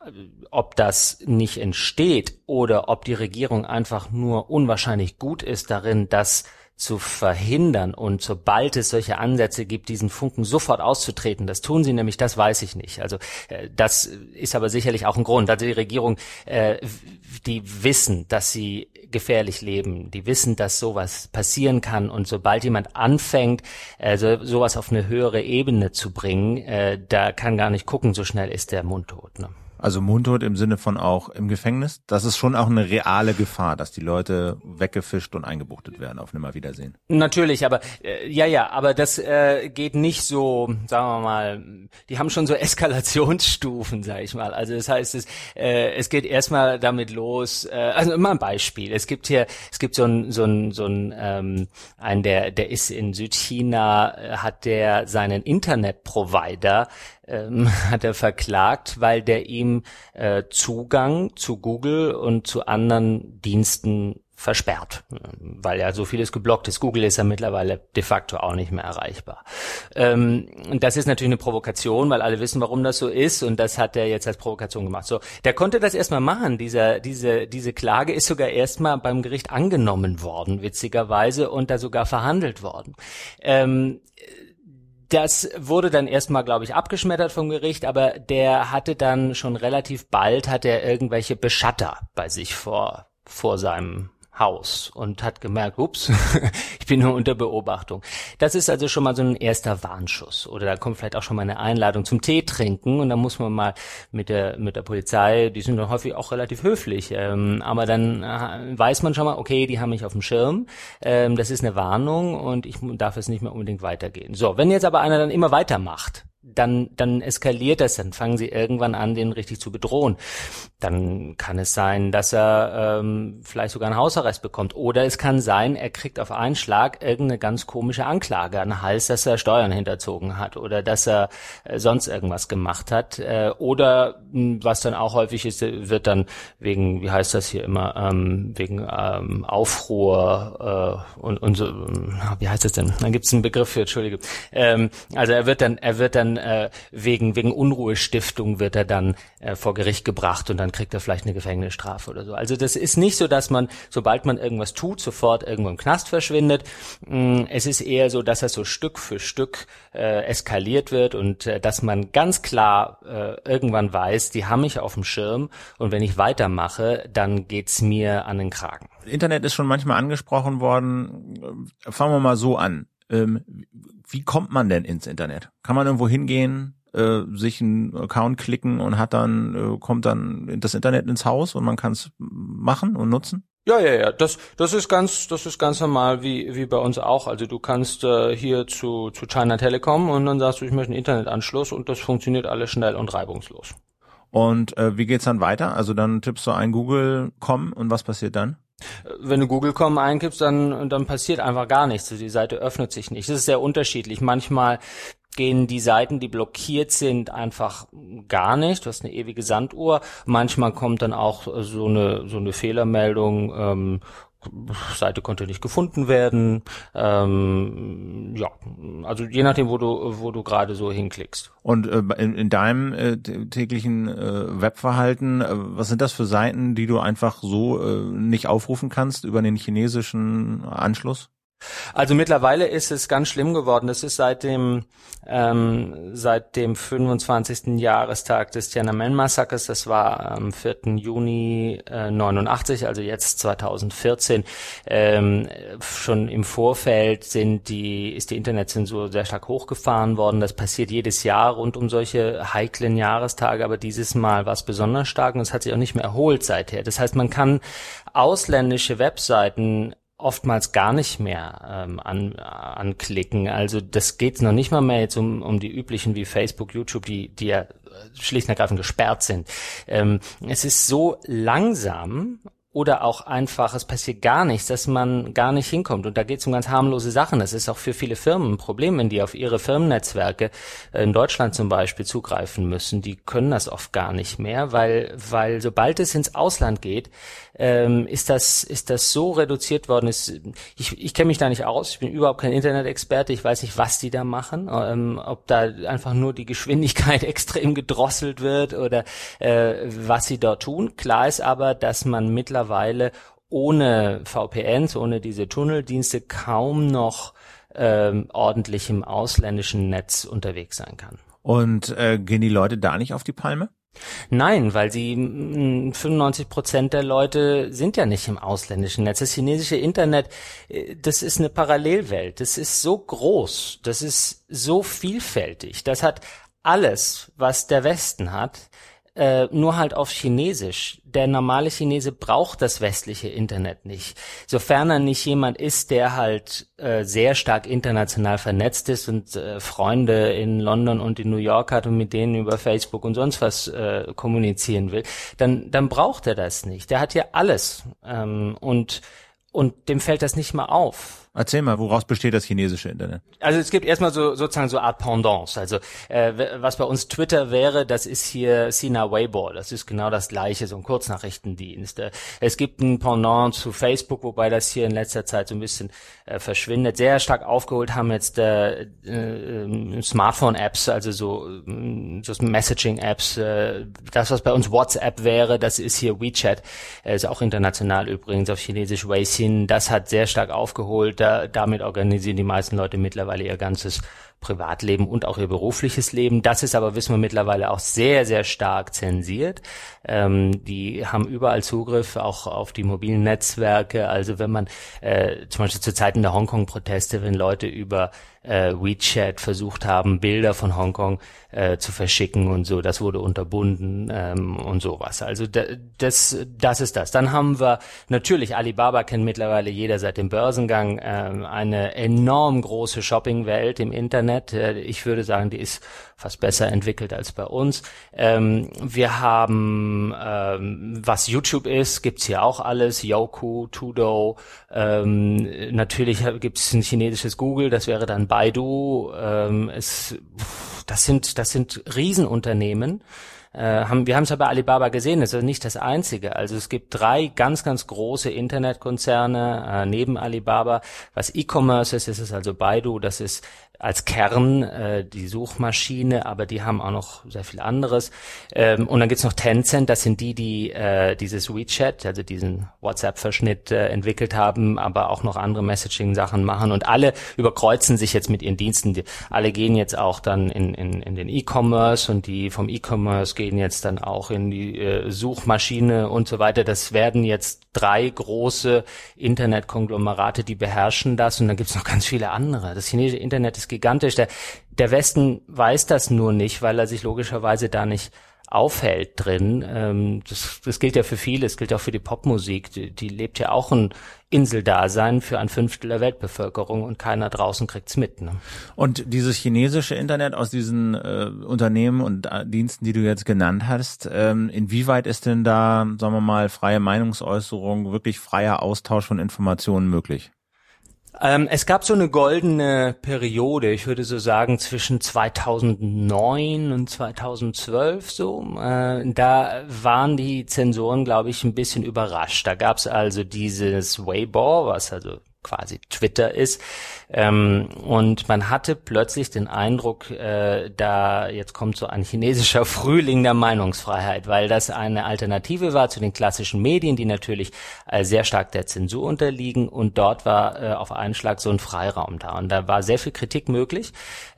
ob das nicht entsteht oder ob die Regierung einfach nur unwahrscheinlich gut ist darin, dass zu verhindern und sobald es solche Ansätze gibt, diesen Funken sofort auszutreten, das tun sie nämlich, das weiß ich nicht. Also äh, das ist aber sicherlich auch ein Grund. Also die Regierung, äh, die wissen, dass sie gefährlich leben, die wissen, dass sowas passieren kann und sobald jemand anfängt, äh, so, sowas auf eine höhere Ebene zu bringen, äh, da kann gar nicht gucken, so schnell ist der Mund tot. Ne? Also mundtot im Sinne von auch im Gefängnis? Das ist schon auch eine reale Gefahr, dass die Leute weggefischt und eingebuchtet werden auf Nimmerwiedersehen. Natürlich, aber äh, ja, ja, aber das äh, geht nicht so, sagen wir mal, die haben schon so Eskalationsstufen, sag ich mal. Also das heißt, es äh, es geht erstmal damit los, äh, also mal ein Beispiel. Es gibt hier, es gibt so ein so ein so ein ähm, ein der der ist in Südchina, äh, hat der seinen Internetprovider ähm, hat er verklagt, weil der ihm äh, Zugang zu Google und zu anderen Diensten versperrt, weil ja so vieles geblockt ist. Google ist ja mittlerweile de facto auch nicht mehr erreichbar. Ähm, und das ist natürlich eine Provokation, weil alle wissen, warum das so ist, und das hat er jetzt als Provokation gemacht. So, der konnte das erstmal machen. Dieser, diese, diese Klage ist sogar erstmal beim Gericht angenommen worden, witzigerweise, und da sogar verhandelt worden. Ähm, Das wurde dann erstmal, glaube ich, abgeschmettert vom Gericht, aber der hatte dann schon relativ bald, hat er irgendwelche Beschatter bei sich vor, vor seinem Haus und hat gemerkt, ups, ich bin nur unter Beobachtung. Das ist also schon mal so ein erster Warnschuss. Oder da kommt vielleicht auch schon mal eine Einladung zum Tee trinken, und dann muss man mal mit der mit der Polizei, die sind dann häufig auch relativ höflich, ähm, aber dann äh, weiß man schon mal, okay, die haben mich auf dem Schirm, ähm, das ist eine Warnung und ich darf es nicht mehr unbedingt weitergehen. So, wenn jetzt aber einer dann immer weitermacht, dann dann eskaliert das, dann fangen sie irgendwann an, den richtig zu bedrohen. Dann kann es sein, dass er ähm, vielleicht sogar einen Hausarrest bekommt. Oder es kann sein, er kriegt auf einen Schlag irgendeine ganz komische Anklage an den Hals, dass er Steuern hinterzogen hat oder dass er äh, sonst irgendwas gemacht hat. Äh, oder mh, was dann auch häufig ist, wird dann wegen, wie heißt das hier immer, ähm, wegen ähm, Aufruhr äh, und, und so, wie heißt das denn? Dann gibt es einen Begriff für, Entschuldige. Ähm, also er wird dann, er wird dann äh, wegen wegen Unruhestiftung wird er dann äh, vor Gericht gebracht, und dann kriegt er vielleicht eine Gefängnisstrafe oder so. Also das ist nicht so, dass man, sobald man irgendwas tut, sofort irgendwo im Knast verschwindet. Es ist eher so, dass das so Stück für Stück äh, eskaliert wird, und äh, dass man ganz klar äh, irgendwann weiß, die haben mich auf dem Schirm, und wenn ich weitermache, dann geht's mir an den Kragen. Internet ist schon manchmal angesprochen worden. Fangen wir mal so an. Ähm, wie kommt man denn ins Internet? Kann man irgendwo hingehen, äh, sich einen Account klicken und hat dann äh, kommt dann das Internet ins Haus und man kann es machen und nutzen? Ja, ja, ja, das das ist ganz das ist ganz normal wie wie bei uns auch. Also du kannst äh, hier zu zu China Telekom, und dann sagst du, ich möchte einen Internetanschluss, und das funktioniert alles schnell und reibungslos. Und äh, wie geht's dann weiter? Also dann tippst du ein Google Punkt com und was passiert dann? Wenn du Google Punkt com eingibst, dann dann passiert einfach gar nichts. Die Seite öffnet sich nicht. Das ist sehr unterschiedlich. Manchmal gehen die Seiten, die blockiert sind, einfach gar nicht. Du hast eine ewige Sanduhr. Manchmal kommt dann auch so eine so eine Fehlermeldung. Ähm, Seite konnte nicht gefunden werden. Ähm, ja, also je nachdem, wo du wo du gerade so hinklickst. Und äh, in, in deinem äh, täglichen äh, Webverhalten, äh, was sind das für Seiten, die du einfach so äh, nicht aufrufen kannst über den chinesischen Anschluss? Also mittlerweile ist es ganz schlimm geworden. Das ist seit dem ähm, seit dem fünfundzwanzigsten Jahrestag des Tiananmen-Massakers. Das war am vierten Juni äh, neunundachtzig, also jetzt zweitausendvierzehn. Ähm, schon im Vorfeld sind die ist die Internetzensur sehr stark hochgefahren worden. Das passiert jedes Jahr rund um solche heiklen Jahrestage, aber dieses Mal war es besonders stark, und es hat sich auch nicht mehr erholt seither. Das heißt, man kann ausländische Webseiten oftmals gar nicht mehr ähm, an, anklicken. Also das geht noch nicht mal mehr jetzt um, um die üblichen wie Facebook, YouTube, die, die ja schlicht und ergreifend gesperrt sind. Ähm, es ist so langsam, oder auch einfach, es passiert gar nichts, dass man gar nicht hinkommt. Und da geht es um ganz harmlose Sachen. Das ist auch für viele Firmen ein Problem, wenn die auf ihre Firmennetzwerke in Deutschland zum Beispiel zugreifen müssen. Die können das oft gar nicht mehr, weil weil sobald es ins Ausland geht, ähm, ist das ist das so reduziert worden. Ist, ich ich kenne mich da nicht aus. Ich bin überhaupt kein Internet-Experte. Ich weiß nicht, was die da machen. Ähm, ob da einfach nur die Geschwindigkeit extrem gedrosselt wird oder äh, was sie dort tun. Klar ist aber, dass man mittlerweile mittlerweile ohne V P Ns, ohne diese Tunneldienste kaum noch ähm, ordentlich im ausländischen Netz unterwegs sein kann. Und äh, gehen die Leute da nicht auf die Palme? Nein, weil sie mh, fünfundneunzig Prozent der Leute sind ja nicht im ausländischen Netz. Das chinesische Internet, das ist eine Parallelwelt. Das ist so groß, das ist so vielfältig. Das hat alles, was der Westen hat. äh, nur halt auf Chinesisch. Der normale Chinese braucht das westliche Internet nicht. Sofern er nicht jemand ist, der halt äh, sehr stark international vernetzt ist und äh, Freunde in London und in New York hat und mit denen über Facebook und sonst was äh, kommunizieren will, dann dann braucht er das nicht. Der hat ja alles ähm, und und dem fällt das nicht mal auf. Erzähl mal, woraus besteht das chinesische Internet? Also es gibt erstmal so sozusagen so Art Pendants. Also äh, was bei uns Twitter wäre, das ist hier Sina Weibo. Das ist genau das Gleiche, so ein Kurznachrichtendienst. Äh, es gibt ein Pendant zu Facebook, wobei das hier in letzter Zeit so ein bisschen äh, verschwindet. Sehr stark aufgeholt haben jetzt äh, äh, Smartphone-Apps, also so, äh, so Messaging-Apps. Äh, das, was bei uns WhatsApp wäre, das ist hier WeChat. Äh, ist auch international übrigens auf Chinesisch Weixin. Das hat sehr stark aufgeholt. Da, damit organisieren die meisten Leute mittlerweile ihr ganzes Privatleben und auch ihr berufliches Leben. Das ist aber, wissen wir mittlerweile, auch sehr, sehr stark zensiert. Ähm, die haben überall Zugriff, auch auf die mobilen Netzwerke. Also wenn man äh, zum Beispiel zu Zeiten der Hongkong-Proteste, wenn Leute über äh, WeChat versucht haben, Bilder von Hongkong äh, zu verschicken und so, das wurde unterbunden ähm, und sowas. Also da, das, das ist das. Dann haben wir natürlich, Alibaba kennt mittlerweile jeder seit dem Börsengang, äh, eine enorm große Shoppingwelt im Internet. Äh, ich würde sagen, die ist fast besser entwickelt als bei uns. Ähm, wir haben, ähm, was YouTube ist, gibt's hier auch alles, Youku, Tudo, ähm, natürlich gibt's ein chinesisches Google, das wäre dann Baidu. Ähm, es, das sind, das sind Riesenunternehmen. Äh, haben, wir haben es ja bei Alibaba gesehen, das ist nicht das einzige. Also es gibt drei ganz, ganz große Internetkonzerne äh, neben Alibaba. Was E-Commerce ist, ist es also Baidu, das ist als Kern äh, die Suchmaschine, aber die haben auch noch sehr viel anderes. Ähm, und dann gibt's noch Tencent, das sind die, die äh, dieses WeChat, also diesen WhatsApp-Verschnitt äh, entwickelt haben, aber auch noch andere Messaging-Sachen machen. Und alle überkreuzen sich jetzt mit ihren Diensten. Die, alle gehen jetzt auch dann in, in, in den E-Commerce und die vom E-Commerce gehen jetzt dann auch in die äh, Suchmaschine und so weiter. Das werden jetzt drei große Internetkonglomerate, die beherrschen das. Und dann gibt's noch ganz viele andere. Das chinesische Internet ist gigantisch. Der, der Westen weiß das nur nicht, weil er sich logischerweise da nicht aufhält drin. Ähm, das, das gilt ja für viele, es gilt auch für die Popmusik. Die, die lebt ja auch ein Inseldasein für ein Fünftel der Weltbevölkerung und keiner draußen kriegt's mit. Ne? Und dieses chinesische Internet aus diesen äh, Unternehmen und äh, Diensten, die du jetzt genannt hast, ähm, inwieweit ist denn da, sagen wir mal, freie Meinungsäußerung, wirklich freier Austausch von Informationen möglich? Ähm, es gab so eine goldene Periode, ich würde so sagen zwischen zweitausendneun und zweitausendzwölf so. Äh, da waren die Zensoren, glaube ich, ein bisschen überrascht. Da gab es also dieses Weibo, was also quasi Twitter ist. Ähm, und man hatte plötzlich den Eindruck, äh, da jetzt kommt so ein chinesischer Frühling der Meinungsfreiheit, weil das eine Alternative war zu den klassischen Medien, die natürlich äh, sehr stark der Zensur unterliegen. Und dort war äh, auf einen Schlag so ein Freiraum da. Und da war sehr viel Kritik möglich,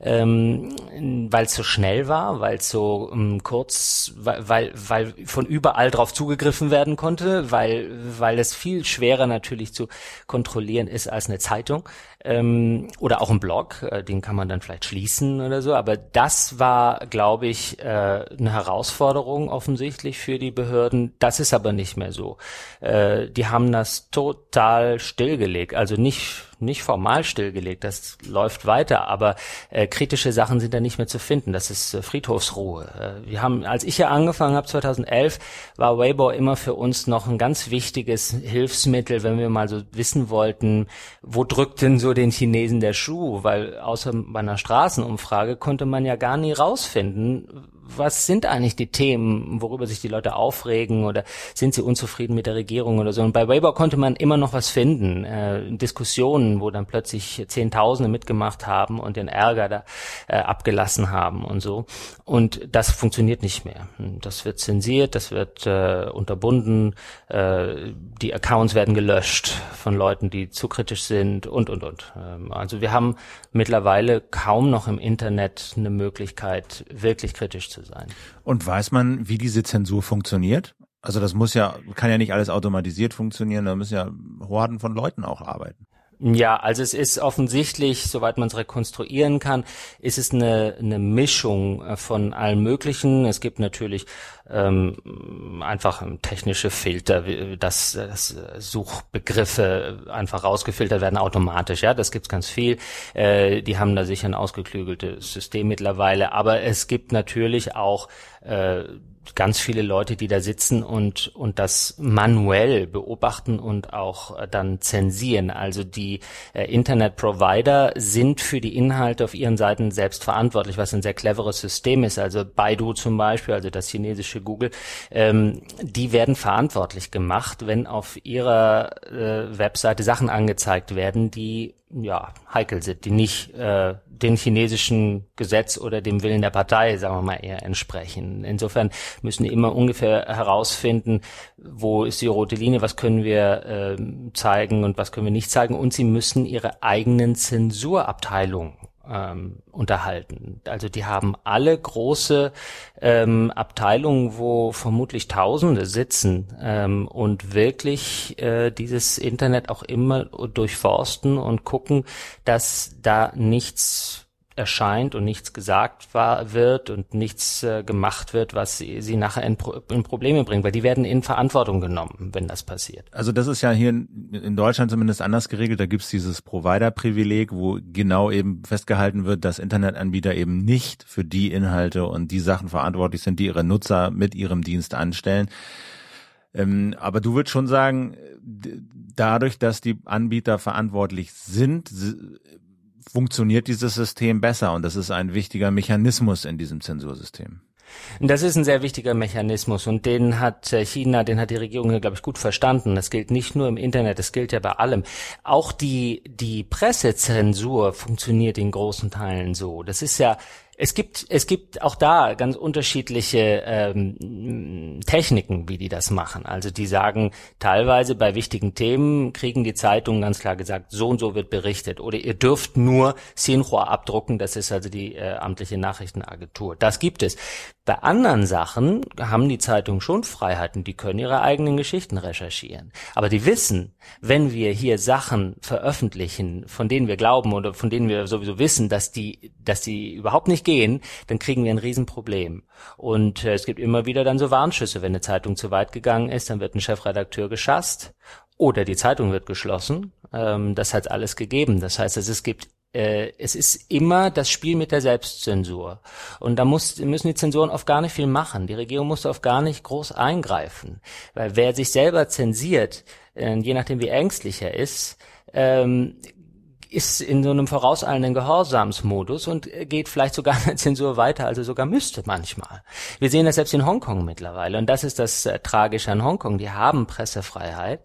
ähm, weil es so schnell war, weil es so ähm, kurz, weil, weil, weil von überall drauf zugegriffen werden konnte, weil, weil es viel schwerer natürlich zu kontrollieren ist als eine Zeitung ähm, oder auch ein Blog, äh, den kann man dann vielleicht schließen oder so, aber das war, glaube ich, äh, eine Herausforderung offensichtlich für die Behörden. Das ist aber nicht mehr so. Äh, die haben das total stillgelegt, also nicht nicht formal stillgelegt, das läuft weiter, aber äh, kritische Sachen sind da nicht mehr zu finden. Das ist äh, Friedhofsruhe. Äh, wir haben, als ich ja angefangen habe, zweitausendelf, war Weibo immer für uns noch ein ganz wichtiges Hilfsmittel, wenn wir mal so wissen wollten, wo drückt denn so den Chinesen der Schuh? Weil außer bei einer Straßenumfrage konnte man ja gar nie rausfinden, was sind eigentlich die Themen, worüber sich die Leute aufregen oder sind sie unzufrieden mit der Regierung oder so. Und bei Weibo konnte man immer noch was finden, äh, Diskussionen, wo dann plötzlich Zehntausende mitgemacht haben und den Ärger da äh, abgelassen haben und so. Und das funktioniert nicht mehr. Das wird zensiert, das wird äh, unterbunden, äh, die Accounts werden gelöscht von Leuten, die zu kritisch sind und, und, und. Ähm, also wir haben mittlerweile kaum noch im Internet eine Möglichkeit, wirklich kritisch zu sein. Und weiß man, wie diese Zensur funktioniert? Also das muss ja, kann ja nicht alles automatisiert funktionieren, da müssen ja Horden von Leuten auch arbeiten. Ja, also es ist offensichtlich, soweit man es rekonstruieren kann, ist es eine, eine Mischung von allem Möglichen. Es gibt natürlich ähm, einfach technische Filter, dass, dass Suchbegriffe einfach rausgefiltert werden automatisch. Ja, das gibt's ganz viel. Äh, die haben da sicher ein ausgeklügeltes System mittlerweile. Aber es gibt natürlich auch äh, ganz viele Leute, die da sitzen und und das manuell beobachten und auch äh, dann zensieren. Also die äh, Internetprovider sind für die Inhalte auf ihren Seiten selbst verantwortlich, was ein sehr cleveres System ist. Also Baidu zum Beispiel, also das chinesische Google, ähm, die werden verantwortlich gemacht, wenn auf ihrer äh, Webseite Sachen angezeigt werden, die ja heikel sind, die nicht äh, dem chinesischen Gesetz oder dem Willen der Partei, sagen wir mal, eher entsprechen. Insofern müssen die immer ungefähr herausfinden, wo ist die rote Linie, was können wir äh, zeigen und was können wir nicht zeigen. Und sie müssen ihre eigenen Zensurabteilungen ähm, unterhalten. Also die haben alle große ähm, Abteilungen, wo vermutlich Tausende sitzen ähm, und wirklich äh, dieses Internet auch immer durchforsten und gucken, dass da nichts erscheint und nichts gesagt war, wird und nichts äh, gemacht wird, was sie, sie nachher in, Pro- in Probleme bringt, weil die werden in Verantwortung genommen, wenn das passiert. Also das ist ja hier in Deutschland zumindest anders geregelt. Da gibt's dieses Provider-Privileg, wo genau eben festgehalten wird, dass Internetanbieter eben nicht für die Inhalte und die Sachen verantwortlich sind, die ihre Nutzer mit ihrem Dienst anstellen. Ähm, aber du würdest schon sagen, dadurch, dass die Anbieter verantwortlich sind, funktioniert dieses System besser und das ist ein wichtiger Mechanismus in diesem Zensursystem. Das ist ein sehr wichtiger Mechanismus und den hat China, den hat die Regierung hier, glaube ich, gut verstanden. Das gilt nicht nur im Internet, das gilt ja bei allem. Auch die, die Pressezensur funktioniert in großen Teilen so. Das ist ja Es gibt, es gibt auch da ganz unterschiedliche ähm, Techniken, wie die das machen. Also die sagen, teilweise bei wichtigen Themen kriegen die Zeitungen ganz klar gesagt, so und so wird berichtet. Oder ihr dürft nur Xinhua abdrucken, das ist also die äh, amtliche Nachrichtenagentur. Das gibt es. Bei anderen Sachen haben die Zeitungen schon Freiheiten, die können ihre eigenen Geschichten recherchieren. Aber die wissen, wenn wir hier Sachen veröffentlichen, von denen wir glauben oder von denen wir sowieso wissen, dass die, dass die überhaupt nicht gehen, dann kriegen wir ein Riesenproblem. Und äh, es gibt immer wieder dann so Warnschüsse, wenn eine Zeitung zu weit gegangen ist, dann wird ein Chefredakteur geschasst oder die Zeitung wird geschlossen. Ähm, das hat alles gegeben. Das heißt, es gibt äh, es ist immer das Spiel mit der Selbstzensur. Und da muss, müssen die Zensoren oft gar nicht viel machen. Die Regierung muss oft gar nicht groß eingreifen. Weil wer sich selber zensiert, äh, je nachdem wie ängstlich er ist, ähm, ist in so einem vorauseilenden Gehorsamsmodus und geht vielleicht sogar eine Zensur weiter, also sogar müsste manchmal. Wir sehen das selbst in Hongkong mittlerweile und das ist das äh, Tragische an Hongkong. Die haben Pressefreiheit,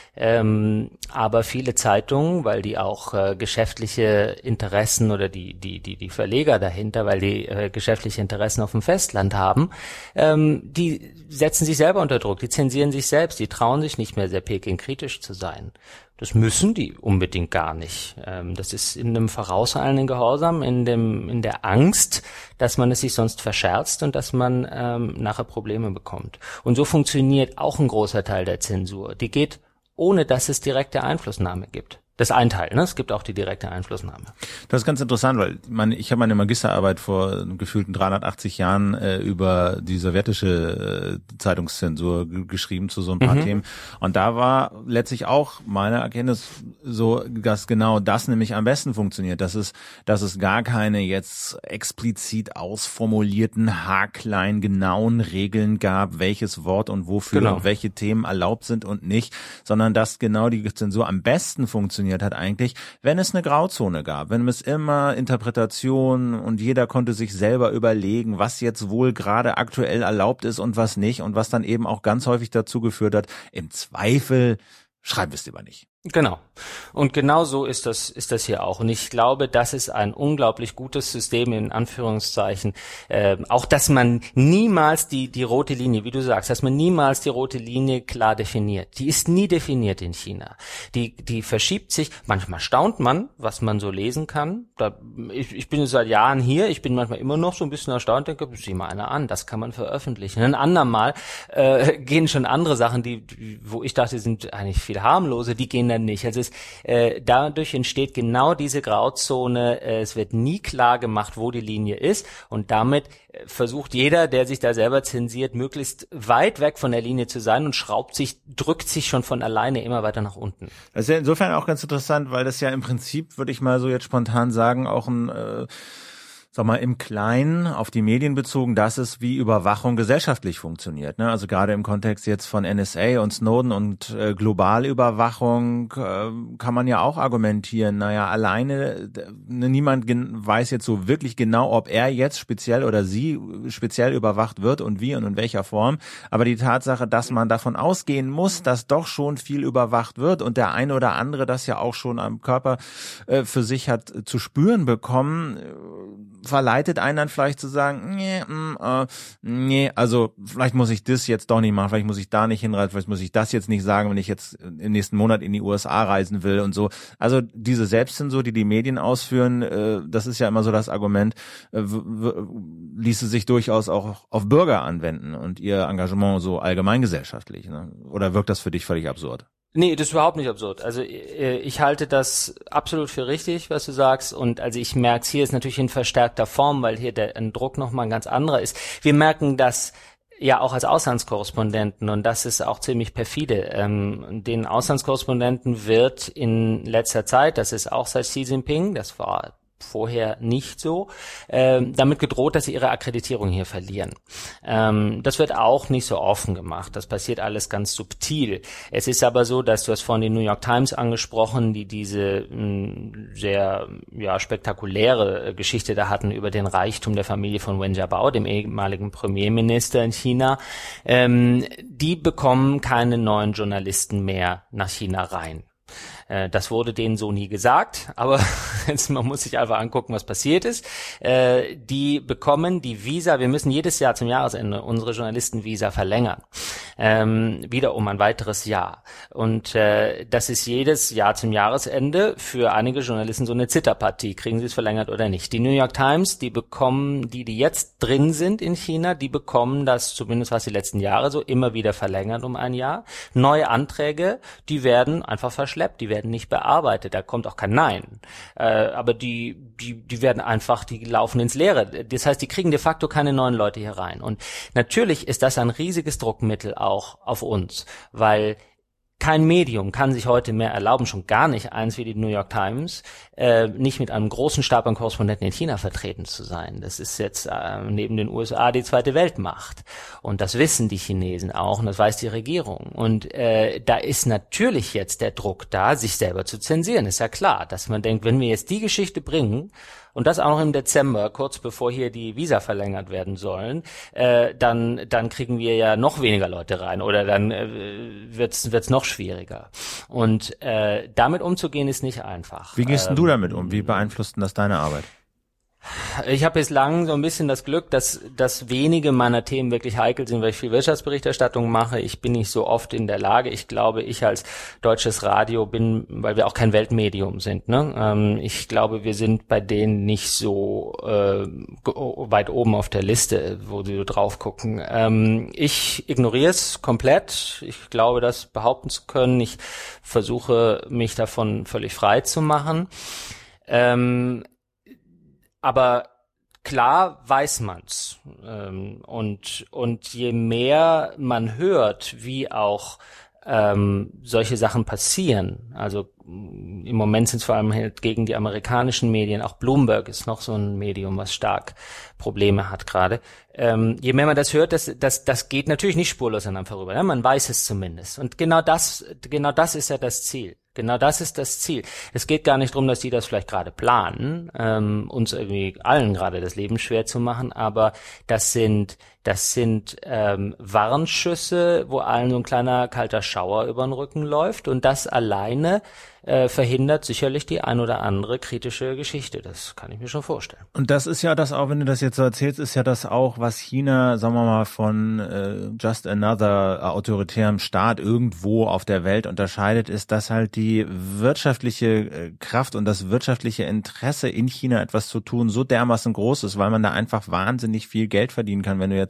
ähm, aber viele Zeitungen, weil die auch äh, geschäftliche Interessen oder die die die die Verleger dahinter, weil die äh, geschäftliche Interessen auf dem Festland haben, ähm, die setzen sich selber unter Druck, die zensieren sich selbst, die trauen sich nicht mehr sehr Peking kritisch zu sein. Das müssen die unbedingt gar nicht. Das ist in einem vorauseilenden Gehorsam, in dem, in der Angst, dass man es sich sonst verscherzt und dass man ähm, nachher Probleme bekommt. Und so funktioniert auch ein großer Teil der Zensur. Die geht, ohne dass es direkte Einflussnahme gibt. Das ist ein Teil, ne? Es gibt auch die direkte Einflussnahme. Das ist ganz interessant, weil man, ich habe meine Magisterarbeit vor gefühlten dreihundertachtzig Jahren äh, über die sowjetische äh, Zeitungszensur g- geschrieben zu so ein paar mhm. Themen. Und da war letztlich auch meine Erkenntnis so, dass genau das nämlich am besten funktioniert. Dass es, dass es gar keine jetzt explizit ausformulierten, haarklein genauen Regeln gab, welches Wort und wofür genau. und welche Themen erlaubt sind und nicht, sondern dass genau die Zensur am besten funktioniert hat eigentlich, wenn es eine Grauzone gab, wenn es immer Interpretationen und jeder konnte sich selber überlegen, was jetzt wohl gerade aktuell erlaubt ist und was nicht und was dann eben auch ganz häufig dazu geführt hat, im Zweifel schreiben wir es lieber nicht. Genau. Und genau so ist das, ist das hier auch. Und ich glaube, das ist ein unglaublich gutes System, in Anführungszeichen. Äh, auch, dass man niemals die, die rote Linie, wie du sagst, dass man niemals die rote Linie klar definiert. Die ist nie definiert in China. Die, die verschiebt sich. Manchmal staunt man, was man so lesen kann. Da, ich, ich bin seit Jahren hier. Ich bin manchmal immer noch so ein bisschen erstaunt, denke, sieh mal einer an. Das kann man veröffentlichen. Ein andermal, äh, gehen schon andere Sachen, die, wo ich dachte, die sind eigentlich viel harmloser. Die gehen anderen nicht. Also es, äh, dadurch entsteht genau diese Grauzone. Äh, es wird nie klar gemacht, wo die Linie ist, und damit äh, versucht jeder, der sich da selber zensiert, möglichst weit weg von der Linie zu sein und schraubt sich, drückt sich schon von alleine immer weiter nach unten. Das ist ja insofern auch ganz interessant, weil das ja im Prinzip, würde ich mal so jetzt spontan sagen, auch ein äh sag mal, im Kleinen auf die Medien bezogen, das ist, wie Überwachung gesellschaftlich funktioniert. Ne? Also gerade im Kontext jetzt von N S A und Snowden und äh, Globalüberwachung äh, kann man ja auch argumentieren, naja, alleine, ne, niemand gen- weiß jetzt so wirklich genau, ob er jetzt speziell oder sie speziell überwacht wird und wie und in welcher Form. Aber die Tatsache, dass man davon ausgehen muss, dass doch schon viel überwacht wird und der eine oder andere das ja auch schon am Körper äh, für sich hat zu spüren bekommen, verleitet einen dann vielleicht zu sagen, nee, mh, äh, nee, also vielleicht muss ich das jetzt doch nicht machen, vielleicht muss ich da nicht hinreisen, vielleicht muss ich das jetzt nicht sagen, wenn ich jetzt im nächsten Monat in die U S A reisen will und so. Also diese Selbstzensur, die die Medien ausführen, äh, das ist ja immer so das Argument, äh, w- w- ließe sich durchaus auch auf Bürger anwenden und ihr Engagement so allgemeingesellschaftlich. Ne? Oder wirkt das für dich völlig absurd? Nee, das ist überhaupt nicht absurd. Also ich halte das absolut für richtig, was du sagst. Und also ich merke es hier ist natürlich in verstärkter Form, weil hier der ein Druck nochmal ein ganz anderer ist. Wir merken das ja auch als Auslandskorrespondenten, und das ist auch ziemlich perfide. Ähm, den Auslandskorrespondenten wird in letzter Zeit, das ist auch seit Xi Jinping, das war vorher nicht so, ähm, damit gedroht, dass sie ihre Akkreditierung hier verlieren. Ähm, das wird auch nicht so offen gemacht. Das passiert alles ganz subtil. Es ist aber so, dass du hast vorhin die New York Times angesprochen, die diese mh, sehr ja spektakuläre äh, Geschichte da hatten über den Reichtum der Familie von Wen Jiabao, dem ehemaligen Premierminister in China. Ähm, die bekommen keine neuen Journalisten mehr nach China rein. Das wurde denen so nie gesagt, aber jetzt, man muss sich einfach angucken, was passiert ist. Äh, die bekommen die Visa, wir müssen jedes Jahr zum Jahresende unsere Journalistenvisa verlängern, ähm, wieder um ein weiteres Jahr. Und äh, das ist jedes Jahr zum Jahresende für einige Journalisten so eine Zitterpartie, kriegen sie es verlängert oder nicht. Die New York Times, die bekommen, die, die jetzt drin sind in China, die bekommen das, zumindest was die letzten Jahre so, immer wieder verlängert um ein Jahr. Neue Anträge, die werden einfach verschleppt, die werden nicht bearbeitet, da kommt auch kein Nein. Äh, aber die, die, die werden einfach, die laufen ins Leere. Das heißt, die kriegen de facto keine neuen Leute hier rein. Und natürlich ist das ein riesiges Druckmittel auch auf uns, weil kein Medium kann sich heute mehr erlauben, schon gar nicht eins wie die New York Times, äh, nicht mit einem großen Stab an Korrespondenten in China vertreten zu sein. Das ist jetzt äh, neben den U S A die zweite Weltmacht. Und das wissen die Chinesen auch und das weiß die Regierung. Und äh, da ist natürlich jetzt der Druck da, sich selber zu zensieren. Ist ja klar, dass man denkt, wenn wir jetzt die Geschichte bringen, und das auch noch im Dezember, kurz bevor hier die Visa verlängert werden sollen, äh, dann dann kriegen wir ja noch weniger Leute rein oder dann äh, wird's wird's noch schwieriger. Und äh, damit umzugehen ist nicht einfach. Wie gehst denn ähm, du damit um? Wie beeinflusst denn das deine Arbeit? Ich habe bislang so ein bisschen das Glück, dass, dass wenige meiner Themen wirklich heikel sind, weil ich viel Wirtschaftsberichterstattung mache. Ich bin nicht so oft in der Lage. Ich glaube, ich als deutsches Radio bin, weil wir auch kein Weltmedium sind. Ne? Ähm, ich glaube, wir sind bei denen nicht so äh, weit oben auf der Liste, wo sie so drauf gucken. Ähm, ich ignoriere es komplett. Ich glaube, das behaupten zu können. Ich versuche, mich davon völlig frei zu machen. Ähm, Aber klar weiß man's. Ähm, und, und je mehr man hört, wie auch ähm, solche Sachen passieren, also im Moment sind es vor allem halt gegen die amerikanischen Medien, auch Bloomberg ist noch so ein Medium, was stark Probleme hat gerade. Ähm, je mehr man das hört, das, das, das geht natürlich nicht spurlos an einem vorüber. Ne? Man weiß es zumindest. Und genau das, genau das ist ja das Ziel. Genau das ist das Ziel. Es geht gar nicht darum, dass die das vielleicht gerade planen, ähm, uns irgendwie allen gerade das Leben schwer zu machen, aber das sind das sind ähm, Warnschüsse, wo allen so ein kleiner kalter Schauer über den Rücken läuft, und das alleine äh, verhindert sicherlich die ein oder andere kritische Geschichte. Das kann ich mir schon vorstellen. Und das ist ja das auch, wenn du das jetzt so erzählst, ist ja das auch, was China, sagen wir mal, von äh, just another autoritärem Staat irgendwo auf der Welt unterscheidet, ist, dass halt die wirtschaftliche äh, Kraft und das wirtschaftliche Interesse in China etwas zu tun so dermaßen groß ist, weil man da einfach wahnsinnig viel Geld verdienen kann. Wenn du jetzt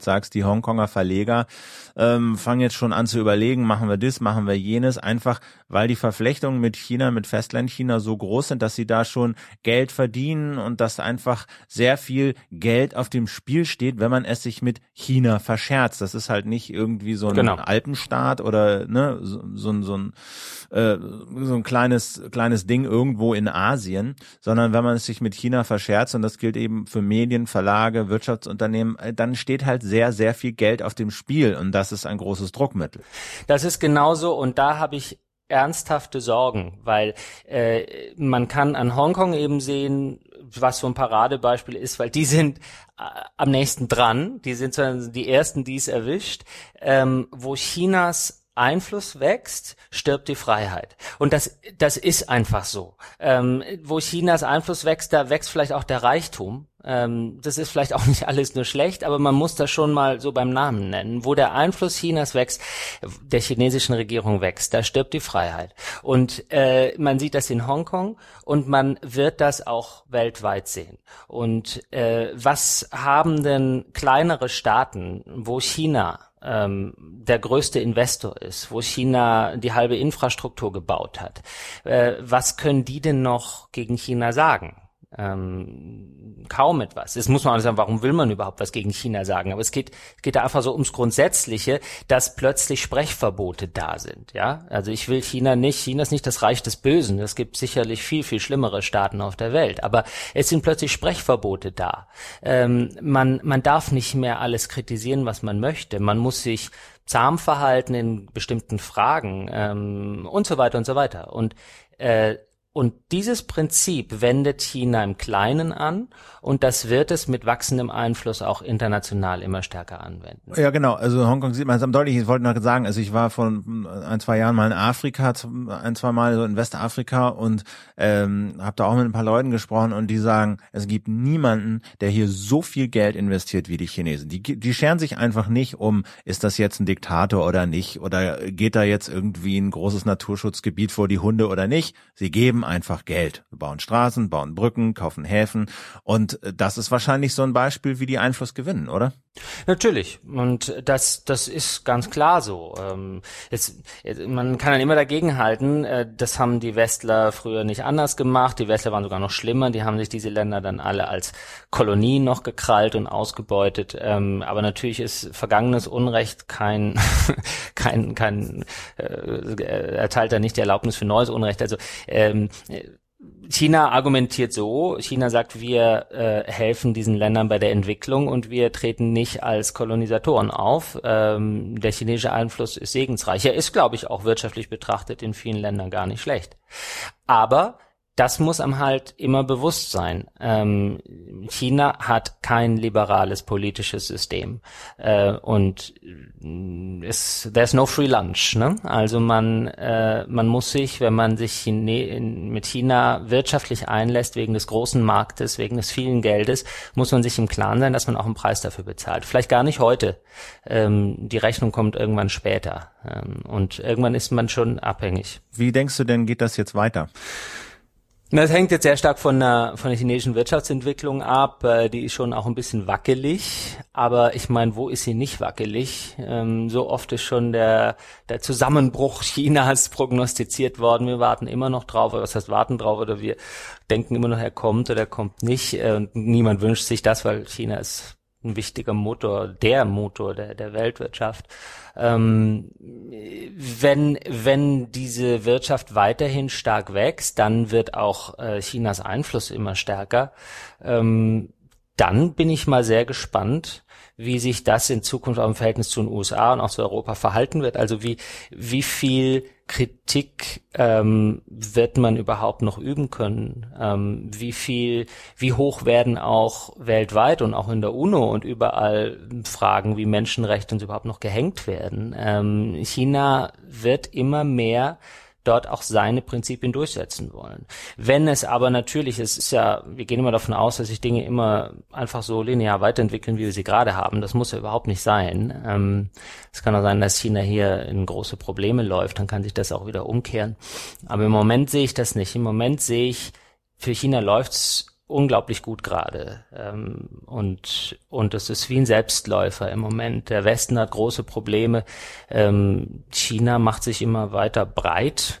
jetzt sagst, die Hongkonger Verleger ähm, fangen jetzt schon an zu überlegen, machen wir das, machen wir jenes, einfach weil die Verflechtungen mit China, mit Festlandchina so groß sind, dass sie da schon Geld verdienen und dass einfach sehr viel Geld auf dem Spiel steht, wenn man es sich mit China verscherzt. Das ist halt nicht irgendwie so ein genau. Alpenstaat oder ne so, so, so ein äh, so ein kleines kleines Ding irgendwo in Asien, sondern wenn man es sich mit China verscherzt, und das gilt eben für Medien, Verlage, Wirtschaftsunternehmen, dann steht halt sehr, sehr viel Geld auf dem Spiel und das ist ein großes Druckmittel. Das ist genauso und da habe ich ernsthafte Sorgen, weil äh, man kann an Hongkong eben sehen, was so ein Paradebeispiel ist, weil die sind äh, am nächsten dran, die sind so die ersten, die es erwischt, ähm, wo Chinas Einfluss wächst, stirbt die Freiheit. Und das, das ist einfach so. Ähm, wo Chinas Einfluss wächst, da wächst vielleicht auch der Reichtum. Ähm, das ist vielleicht auch nicht alles nur schlecht, aber man muss das schon mal so beim Namen nennen. Wo der Einfluss Chinas wächst, der chinesischen Regierung wächst, da stirbt die Freiheit. Und äh, man sieht das in Hongkong und man wird das auch weltweit sehen. Und äh, was haben denn kleinere Staaten, wo China ähm, der größte Investor ist, wo China die halbe Infrastruktur gebaut hat. Äh, was können die denn noch gegen China sagen? Ähm, kaum etwas. Jetzt muss man auch sagen, warum will man überhaupt was gegen China sagen? Aber es geht, es geht da einfach so ums Grundsätzliche, dass plötzlich Sprechverbote da sind, ja? Also ich will China nicht, China ist nicht das Reich des Bösen. Es gibt sicherlich viel, viel schlimmere Staaten auf der Welt. Aber es sind plötzlich Sprechverbote da. Ähm, man, man darf nicht mehr alles kritisieren, was man möchte. Man muss sich zahm verhalten in bestimmten Fragen, ähm, und so weiter und so weiter. Und, äh, Und dieses Prinzip wendet China im Kleinen an und das wird es mit wachsendem Einfluss auch international immer stärker anwenden. Ja, genau. Also Hongkong sieht man es am deutlich. Ich wollte noch sagen, also ich war vor ein, zwei Jahren mal in Afrika, ein, zwei Mal so in Westafrika und ähm, habe da auch mit ein paar Leuten gesprochen und die sagen, es gibt niemanden, der hier so viel Geld investiert wie die Chinesen. Die, die scheren sich einfach nicht um, ist das jetzt ein Diktator oder nicht oder geht da jetzt irgendwie ein großes Naturschutzgebiet vor die Hunde oder nicht. Sie geben einfach Geld. Wir bauen Straßen, bauen Brücken, kaufen Häfen und das ist wahrscheinlich so ein Beispiel, wie die Einfluss gewinnen, oder? Natürlich. Und das, das ist ganz klar so. Ähm, es, man kann dann immer dagegenhalten, äh, das haben die Westler früher nicht anders gemacht. Die Westler waren sogar noch schlimmer. Die haben sich diese Länder dann alle als Kolonien noch gekrallt und ausgebeutet. Ähm, aber natürlich ist vergangenes Unrecht kein, kein, kein, äh, erteilt da nicht die Erlaubnis für neues Unrecht. Also, ähm, China argumentiert so, China sagt, wir äh, helfen diesen Ländern bei der Entwicklung und wir treten nicht als Kolonisatoren auf. Ähm, der chinesische Einfluss ist segensreich. Er ist, glaube ich, auch wirtschaftlich betrachtet in vielen Ländern gar nicht schlecht. Aber das muss einem halt immer bewusst sein. Ähm, China hat kein liberales politisches System äh, und es, there's no free lunch. Ne? Also man äh, man muss sich, wenn man sich Chine, mit China wirtschaftlich einlässt wegen des großen Marktes, wegen des vielen Geldes, muss man sich im Klaren sein, dass man auch einen Preis dafür bezahlt. Vielleicht gar nicht heute. Ähm, die Rechnung kommt irgendwann später ähm, und irgendwann ist man schon abhängig. Wie denkst du denn, geht das jetzt weiter? Das hängt jetzt sehr stark von der, von der chinesischen Wirtschaftsentwicklung ab. Die ist schon auch ein bisschen wackelig. Aber ich meine, wo ist sie nicht wackelig? Ähm, so oft ist schon der, der Zusammenbruch Chinas prognostiziert worden. Wir warten immer noch drauf. Was heißt warten drauf? Oder wir denken immer noch, er kommt oder er kommt nicht. Und niemand wünscht sich das, weil China ist ein wichtiger Motor, der Motor der, der Weltwirtschaft. Ähm, wenn, wenn diese Wirtschaft weiterhin stark wächst, dann wird auch äh, Chinas Einfluss immer stärker. Ähm, dann bin ich mal sehr gespannt, wie sich das in Zukunft auch im Verhältnis zu den U S A und auch zu Europa verhalten wird. Also wie, wie viel Kritik ähm, wird man überhaupt noch üben können? Ähm, wie viel, wie hoch werden auch weltweit und auch in der UNO und überall Fragen wie Menschenrechte und überhaupt noch gehängt werden? Ähm, China wird immer mehr dort auch seine Prinzipien durchsetzen wollen. Wenn es aber natürlich, es ist ja, wir gehen immer davon aus, dass sich Dinge immer einfach so linear weiterentwickeln, wie wir sie gerade haben. Das muss ja überhaupt nicht sein. Ähm, es kann auch sein, dass China hier in große Probleme läuft, dann kann sich das auch wieder umkehren. Aber im Moment sehe ich das nicht. Im Moment sehe ich, für China läuft's unglaublich gut gerade. Ähm, und und es ist wie ein Selbstläufer im Moment. Der Westen hat große Probleme. Ähm, China macht sich immer weiter breit.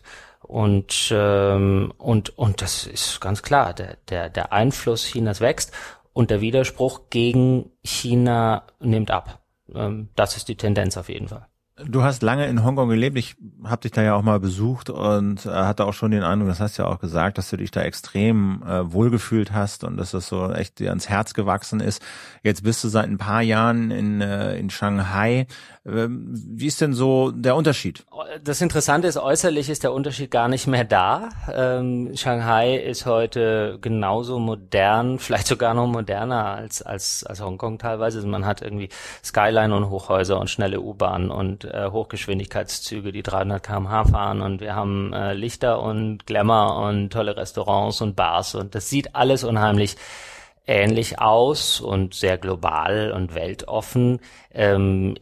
Und ähm, und und das ist ganz klar. Der der der Einfluss Chinas wächst und der Widerspruch gegen China nimmt ab. Ähm, das ist die Tendenz auf jeden Fall. Du hast lange in Hongkong gelebt. Ich habe dich da ja auch mal besucht und äh, hatte auch schon den Eindruck, das hast du ja auch gesagt, dass du dich da extrem äh, wohlgefühlt hast und dass das so echt dir ans Herz gewachsen ist. Jetzt bist du seit ein paar Jahren in äh, in Shanghai. Ähm, wie ist denn so der Unterschied? Das Interessante ist, äußerlich ist der Unterschied gar nicht mehr da. Ähm, Shanghai ist heute genauso modern, vielleicht sogar noch moderner als als als Hongkong teilweise. Also man hat irgendwie Skyline und Hochhäuser und schnelle U-Bahn und äh, Hochgeschwindigkeitszüge, die dreihundert Kilometer pro Stunde fahren und wir haben äh, Lichter und Glamour und tolle Restaurants und Bars und das sieht alles unheimlich ähnlich aus und sehr global und weltoffen. Ähm,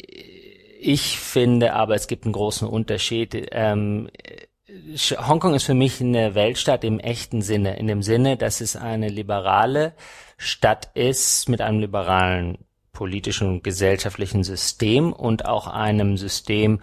ich finde aber, es gibt einen großen Unterschied. Ähm, Hongkong ist für mich eine Weltstadt im echten Sinne, in dem Sinne, dass es eine liberale Stadt ist mit einem liberalen politischen und gesellschaftlichen System und auch einem System,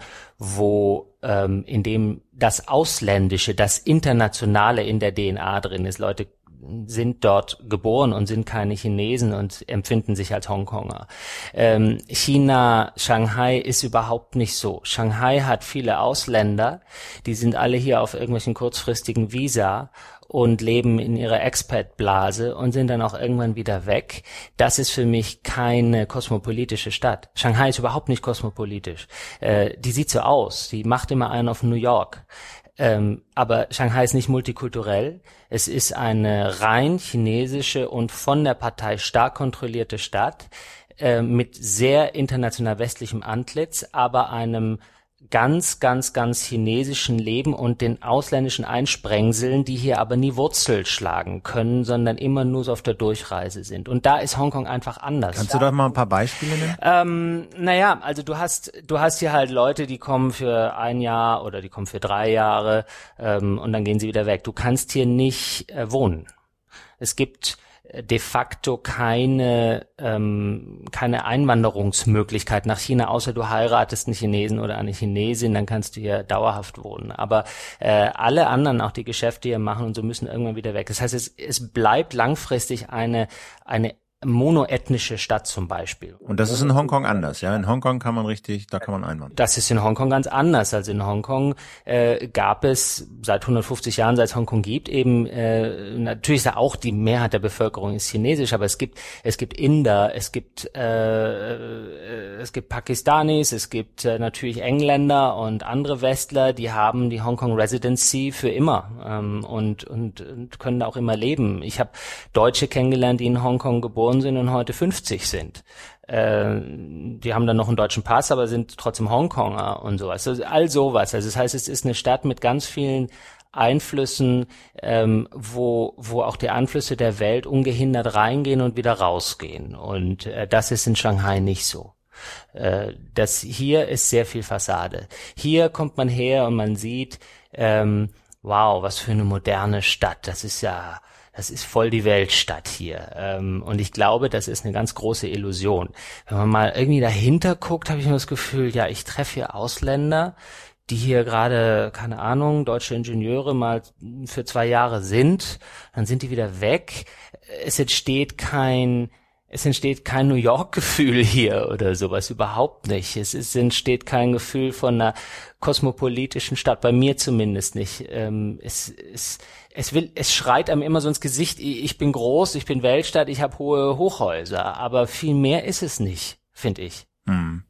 wo ähm, in dem das Ausländische, das Internationale in der D N A drin ist. Leute sind dort geboren und sind keine Chinesen und empfinden sich als Hongkonger. Ähm, China, Shanghai ist überhaupt nicht so. Shanghai hat viele Ausländer, die sind alle hier auf irgendwelchen kurzfristigen Visa und leben in ihrer Expat-Blase und sind dann auch irgendwann wieder weg. Das ist für mich keine kosmopolitische Stadt. Shanghai ist überhaupt nicht kosmopolitisch. Äh, die sieht so aus, die macht immer einen auf New York. Ähm, aber Shanghai ist nicht multikulturell. Es ist eine rein chinesische und von der Partei stark kontrollierte Stadt äh, mit sehr international westlichem Antlitz, aber einem ganz, ganz, ganz chinesischen Leben und den ausländischen Einsprengseln, die hier aber nie Wurzel schlagen können, sondern immer nur so auf der Durchreise sind. Und da ist Hongkong einfach anders. Kannst du da mal ein paar Beispiele nennen? Ähm, naja, also du hast, du hast hier halt Leute, die kommen für ein Jahr oder die kommen für drei Jahre ähm, und dann gehen sie wieder weg. Du kannst hier nicht äh, wohnen. Es gibt de facto keine ähm, keine Einwanderungsmöglichkeit nach China, außer du heiratest einen Chinesen oder eine Chinesin, dann kannst du hier dauerhaft wohnen. Aber äh, alle anderen, auch die Geschäfte hier machen und so, müssen irgendwann wieder weg. Das heißt, es, es bleibt langfristig eine eine monoethnische Stadt zum Beispiel. Und das ist in Hongkong anders, ja? In Hongkong kann man richtig, da kann man einwandern. Das ist in Hongkong ganz anders. Also in Hongkong äh, gab es seit hundertfünfzig Jahren, seit es Hongkong gibt, eben äh, natürlich ist da auch die Mehrheit der Bevölkerung ist chinesisch, aber es gibt es gibt Inder, es gibt äh, äh, es gibt Pakistanis, es gibt äh, natürlich Engländer und andere Westler, die haben die Hongkong Residency für immer ähm, und, und und können auch immer leben. Ich habe Deutsche kennengelernt, die in Hongkong geboren sind und heute fünfzig sind. Äh, die haben dann noch einen deutschen Pass, aber sind trotzdem Hongkonger und sowas. Also all sowas. Also das heißt, es ist eine Stadt mit ganz vielen Einflüssen, ähm, wo wo auch die Einflüsse der Welt ungehindert reingehen und wieder rausgehen. Und äh, das ist in Shanghai nicht so. Äh, das hier ist sehr viel Fassade. Hier kommt man her und man sieht, ähm, wow, was für eine moderne Stadt. Das ist ja Das ist voll die Weltstadt hier. Ähm, und ich glaube, das ist eine ganz große Illusion. Wenn man mal irgendwie dahinter guckt, habe ich immer das Gefühl, ja, ich treffe hier Ausländer, die hier gerade, keine Ahnung, deutsche Ingenieure mal für zwei Jahre sind, dann sind die wieder weg. Es entsteht kein Es entsteht kein New York-Gefühl hier oder sowas, überhaupt nicht. Es ist, entsteht kein Gefühl von einer kosmopolitischen Stadt, bei mir zumindest nicht. Ähm, es, es, es will, es schreit einem immer so ins Gesicht, ich bin groß, ich bin Weltstadt, ich habe hohe Hochhäuser, aber viel mehr ist es nicht, finde ich. Hm.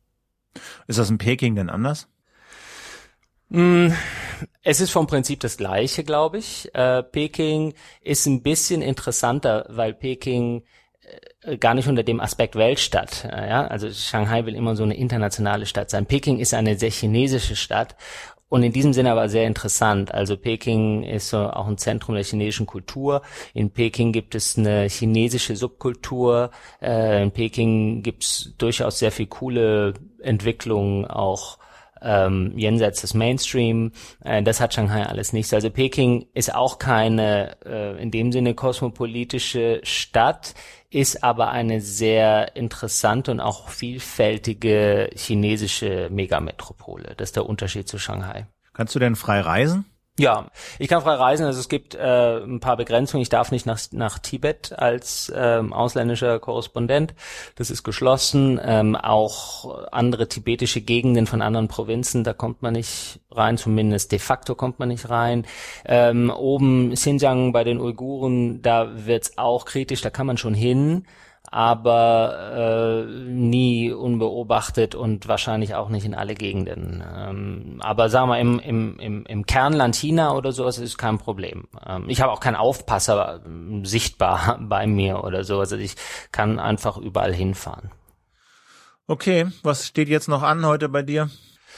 Ist das in Peking denn anders? Mm, es ist vom Prinzip das Gleiche, glaube ich. Äh, Peking ist ein bisschen interessanter, weil Peking gar nicht unter dem Aspekt Weltstadt, ja, also Shanghai will immer so eine internationale Stadt sein. Peking ist eine sehr chinesische Stadt und in diesem Sinne aber sehr interessant. Also Peking ist so auch ein Zentrum der chinesischen Kultur. In Peking gibt es eine chinesische Subkultur. Äh, in Peking gibt es durchaus sehr viel coole Entwicklungen auch ähm, jenseits des Mainstream. Äh, das hat Shanghai alles nicht. Also Peking ist auch keine äh, in dem Sinne kosmopolitische Stadt, ist aber eine sehr interessante und auch vielfältige chinesische Megametropole. Das ist der Unterschied zu Shanghai. Kannst du denn frei reisen? Ja, ich kann frei reisen. Also es gibt äh, ein paar Begrenzungen. Ich darf nicht nach, nach Tibet als ähm, ausländischer Korrespondent. Das ist geschlossen. Ähm, auch andere tibetische Gegenden von anderen Provinzen, da kommt man nicht rein. Zumindest de facto kommt man nicht rein. Ähm, oben Xinjiang bei den Uiguren, da wird's auch kritisch. Da kann man schon hin, aber äh, nie unbeobachtet und wahrscheinlich auch nicht in alle Gegenden. Ähm, aber sagen wir im, im, im, im Kernland China oder sowas ist kein Problem. Ähm, ich habe auch keinen Aufpasser äh, sichtbar bei mir oder so. Also ich kann einfach überall hinfahren. Okay, was steht jetzt noch an heute bei dir?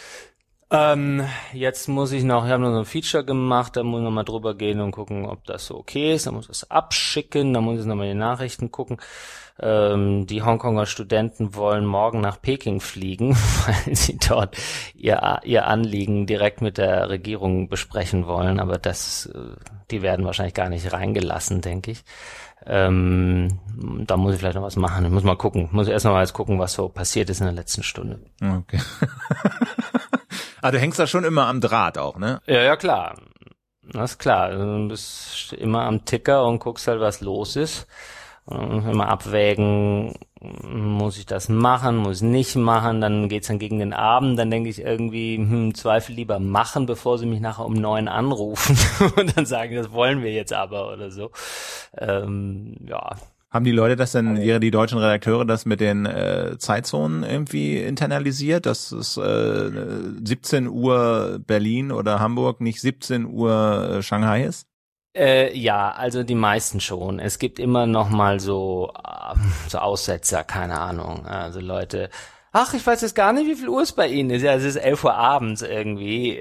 Ähm, jetzt muss ich noch, ich habe noch so ein Feature gemacht, da muss ich noch mal drüber gehen und gucken, ob das so okay ist. Da muss ich es abschicken, da muss ich noch mal die Nachrichten gucken. Ähm, die Hongkonger Studenten wollen morgen nach Peking fliegen, weil sie dort ihr ihr Anliegen direkt mit der Regierung besprechen wollen. Aber das, die werden wahrscheinlich gar nicht reingelassen, denke ich. Ähm, da muss ich vielleicht noch was machen. Ich muss mal gucken. Muss erst noch mal jetzt gucken, was so passiert ist in der letzten Stunde. Okay. Ah, du hängst da schon immer am Draht auch, ne? Ja, ja, klar. Das ist klar. Du bist immer am Ticker und guckst halt, was los ist. Und immer abwägen, muss ich das machen, muss ich nicht machen, dann geht's dann gegen den Abend, dann denke ich irgendwie, hm, Zweifel lieber machen, bevor sie mich nachher um neun anrufen und dann sagen, das wollen wir jetzt aber oder so. Ähm, ja. Haben die Leute das denn, die, die deutschen Redakteure, das mit den äh, Zeitzonen irgendwie internalisiert, dass es äh, siebzehn Uhr Berlin oder Hamburg nicht siebzehn Uhr äh, Shanghai ist? Äh, ja, also die meisten schon. Es gibt immer noch mal so äh, so Aussetzer, keine Ahnung. Also Leute, ach, ich weiß jetzt gar nicht, wie viel Uhr es bei Ihnen ist. Ja, es ist elf Uhr abends irgendwie.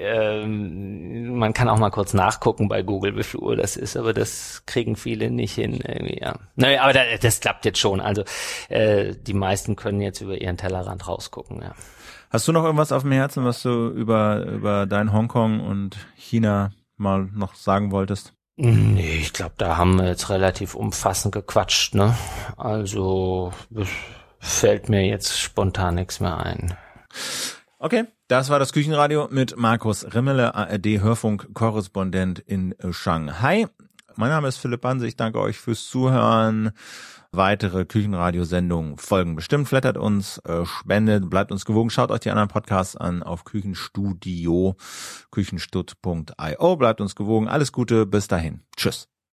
Ähm, man kann auch mal kurz nachgucken bei Google, wie viel Uhr das ist, aber das kriegen viele nicht hin irgendwie, ja. Naja, aber das, das klappt jetzt schon. Also äh, die meisten können jetzt über ihren Tellerrand rausgucken, ja. Hast du noch irgendwas auf dem Herzen, was du über über dein Hongkong und China mal noch sagen wolltest? Nee, ich glaube, da haben wir jetzt relativ umfassend gequatscht, ne? Also fällt mir jetzt spontan nichts mehr ein. Okay, das war das Küchenradio mit Markus Rimmele, A R D-Hörfunk-Korrespondent in Shanghai. Mein Name ist Philipp Banse, ich danke euch fürs Zuhören. Weitere Küchenradiosendungen folgen bestimmt. Flattert uns, äh, spendet, bleibt uns gewogen. Schaut euch die anderen Podcasts an auf Küchenstudio, küchenstutt punkt io. Bleibt uns gewogen. Alles Gute, bis dahin. Tschüss.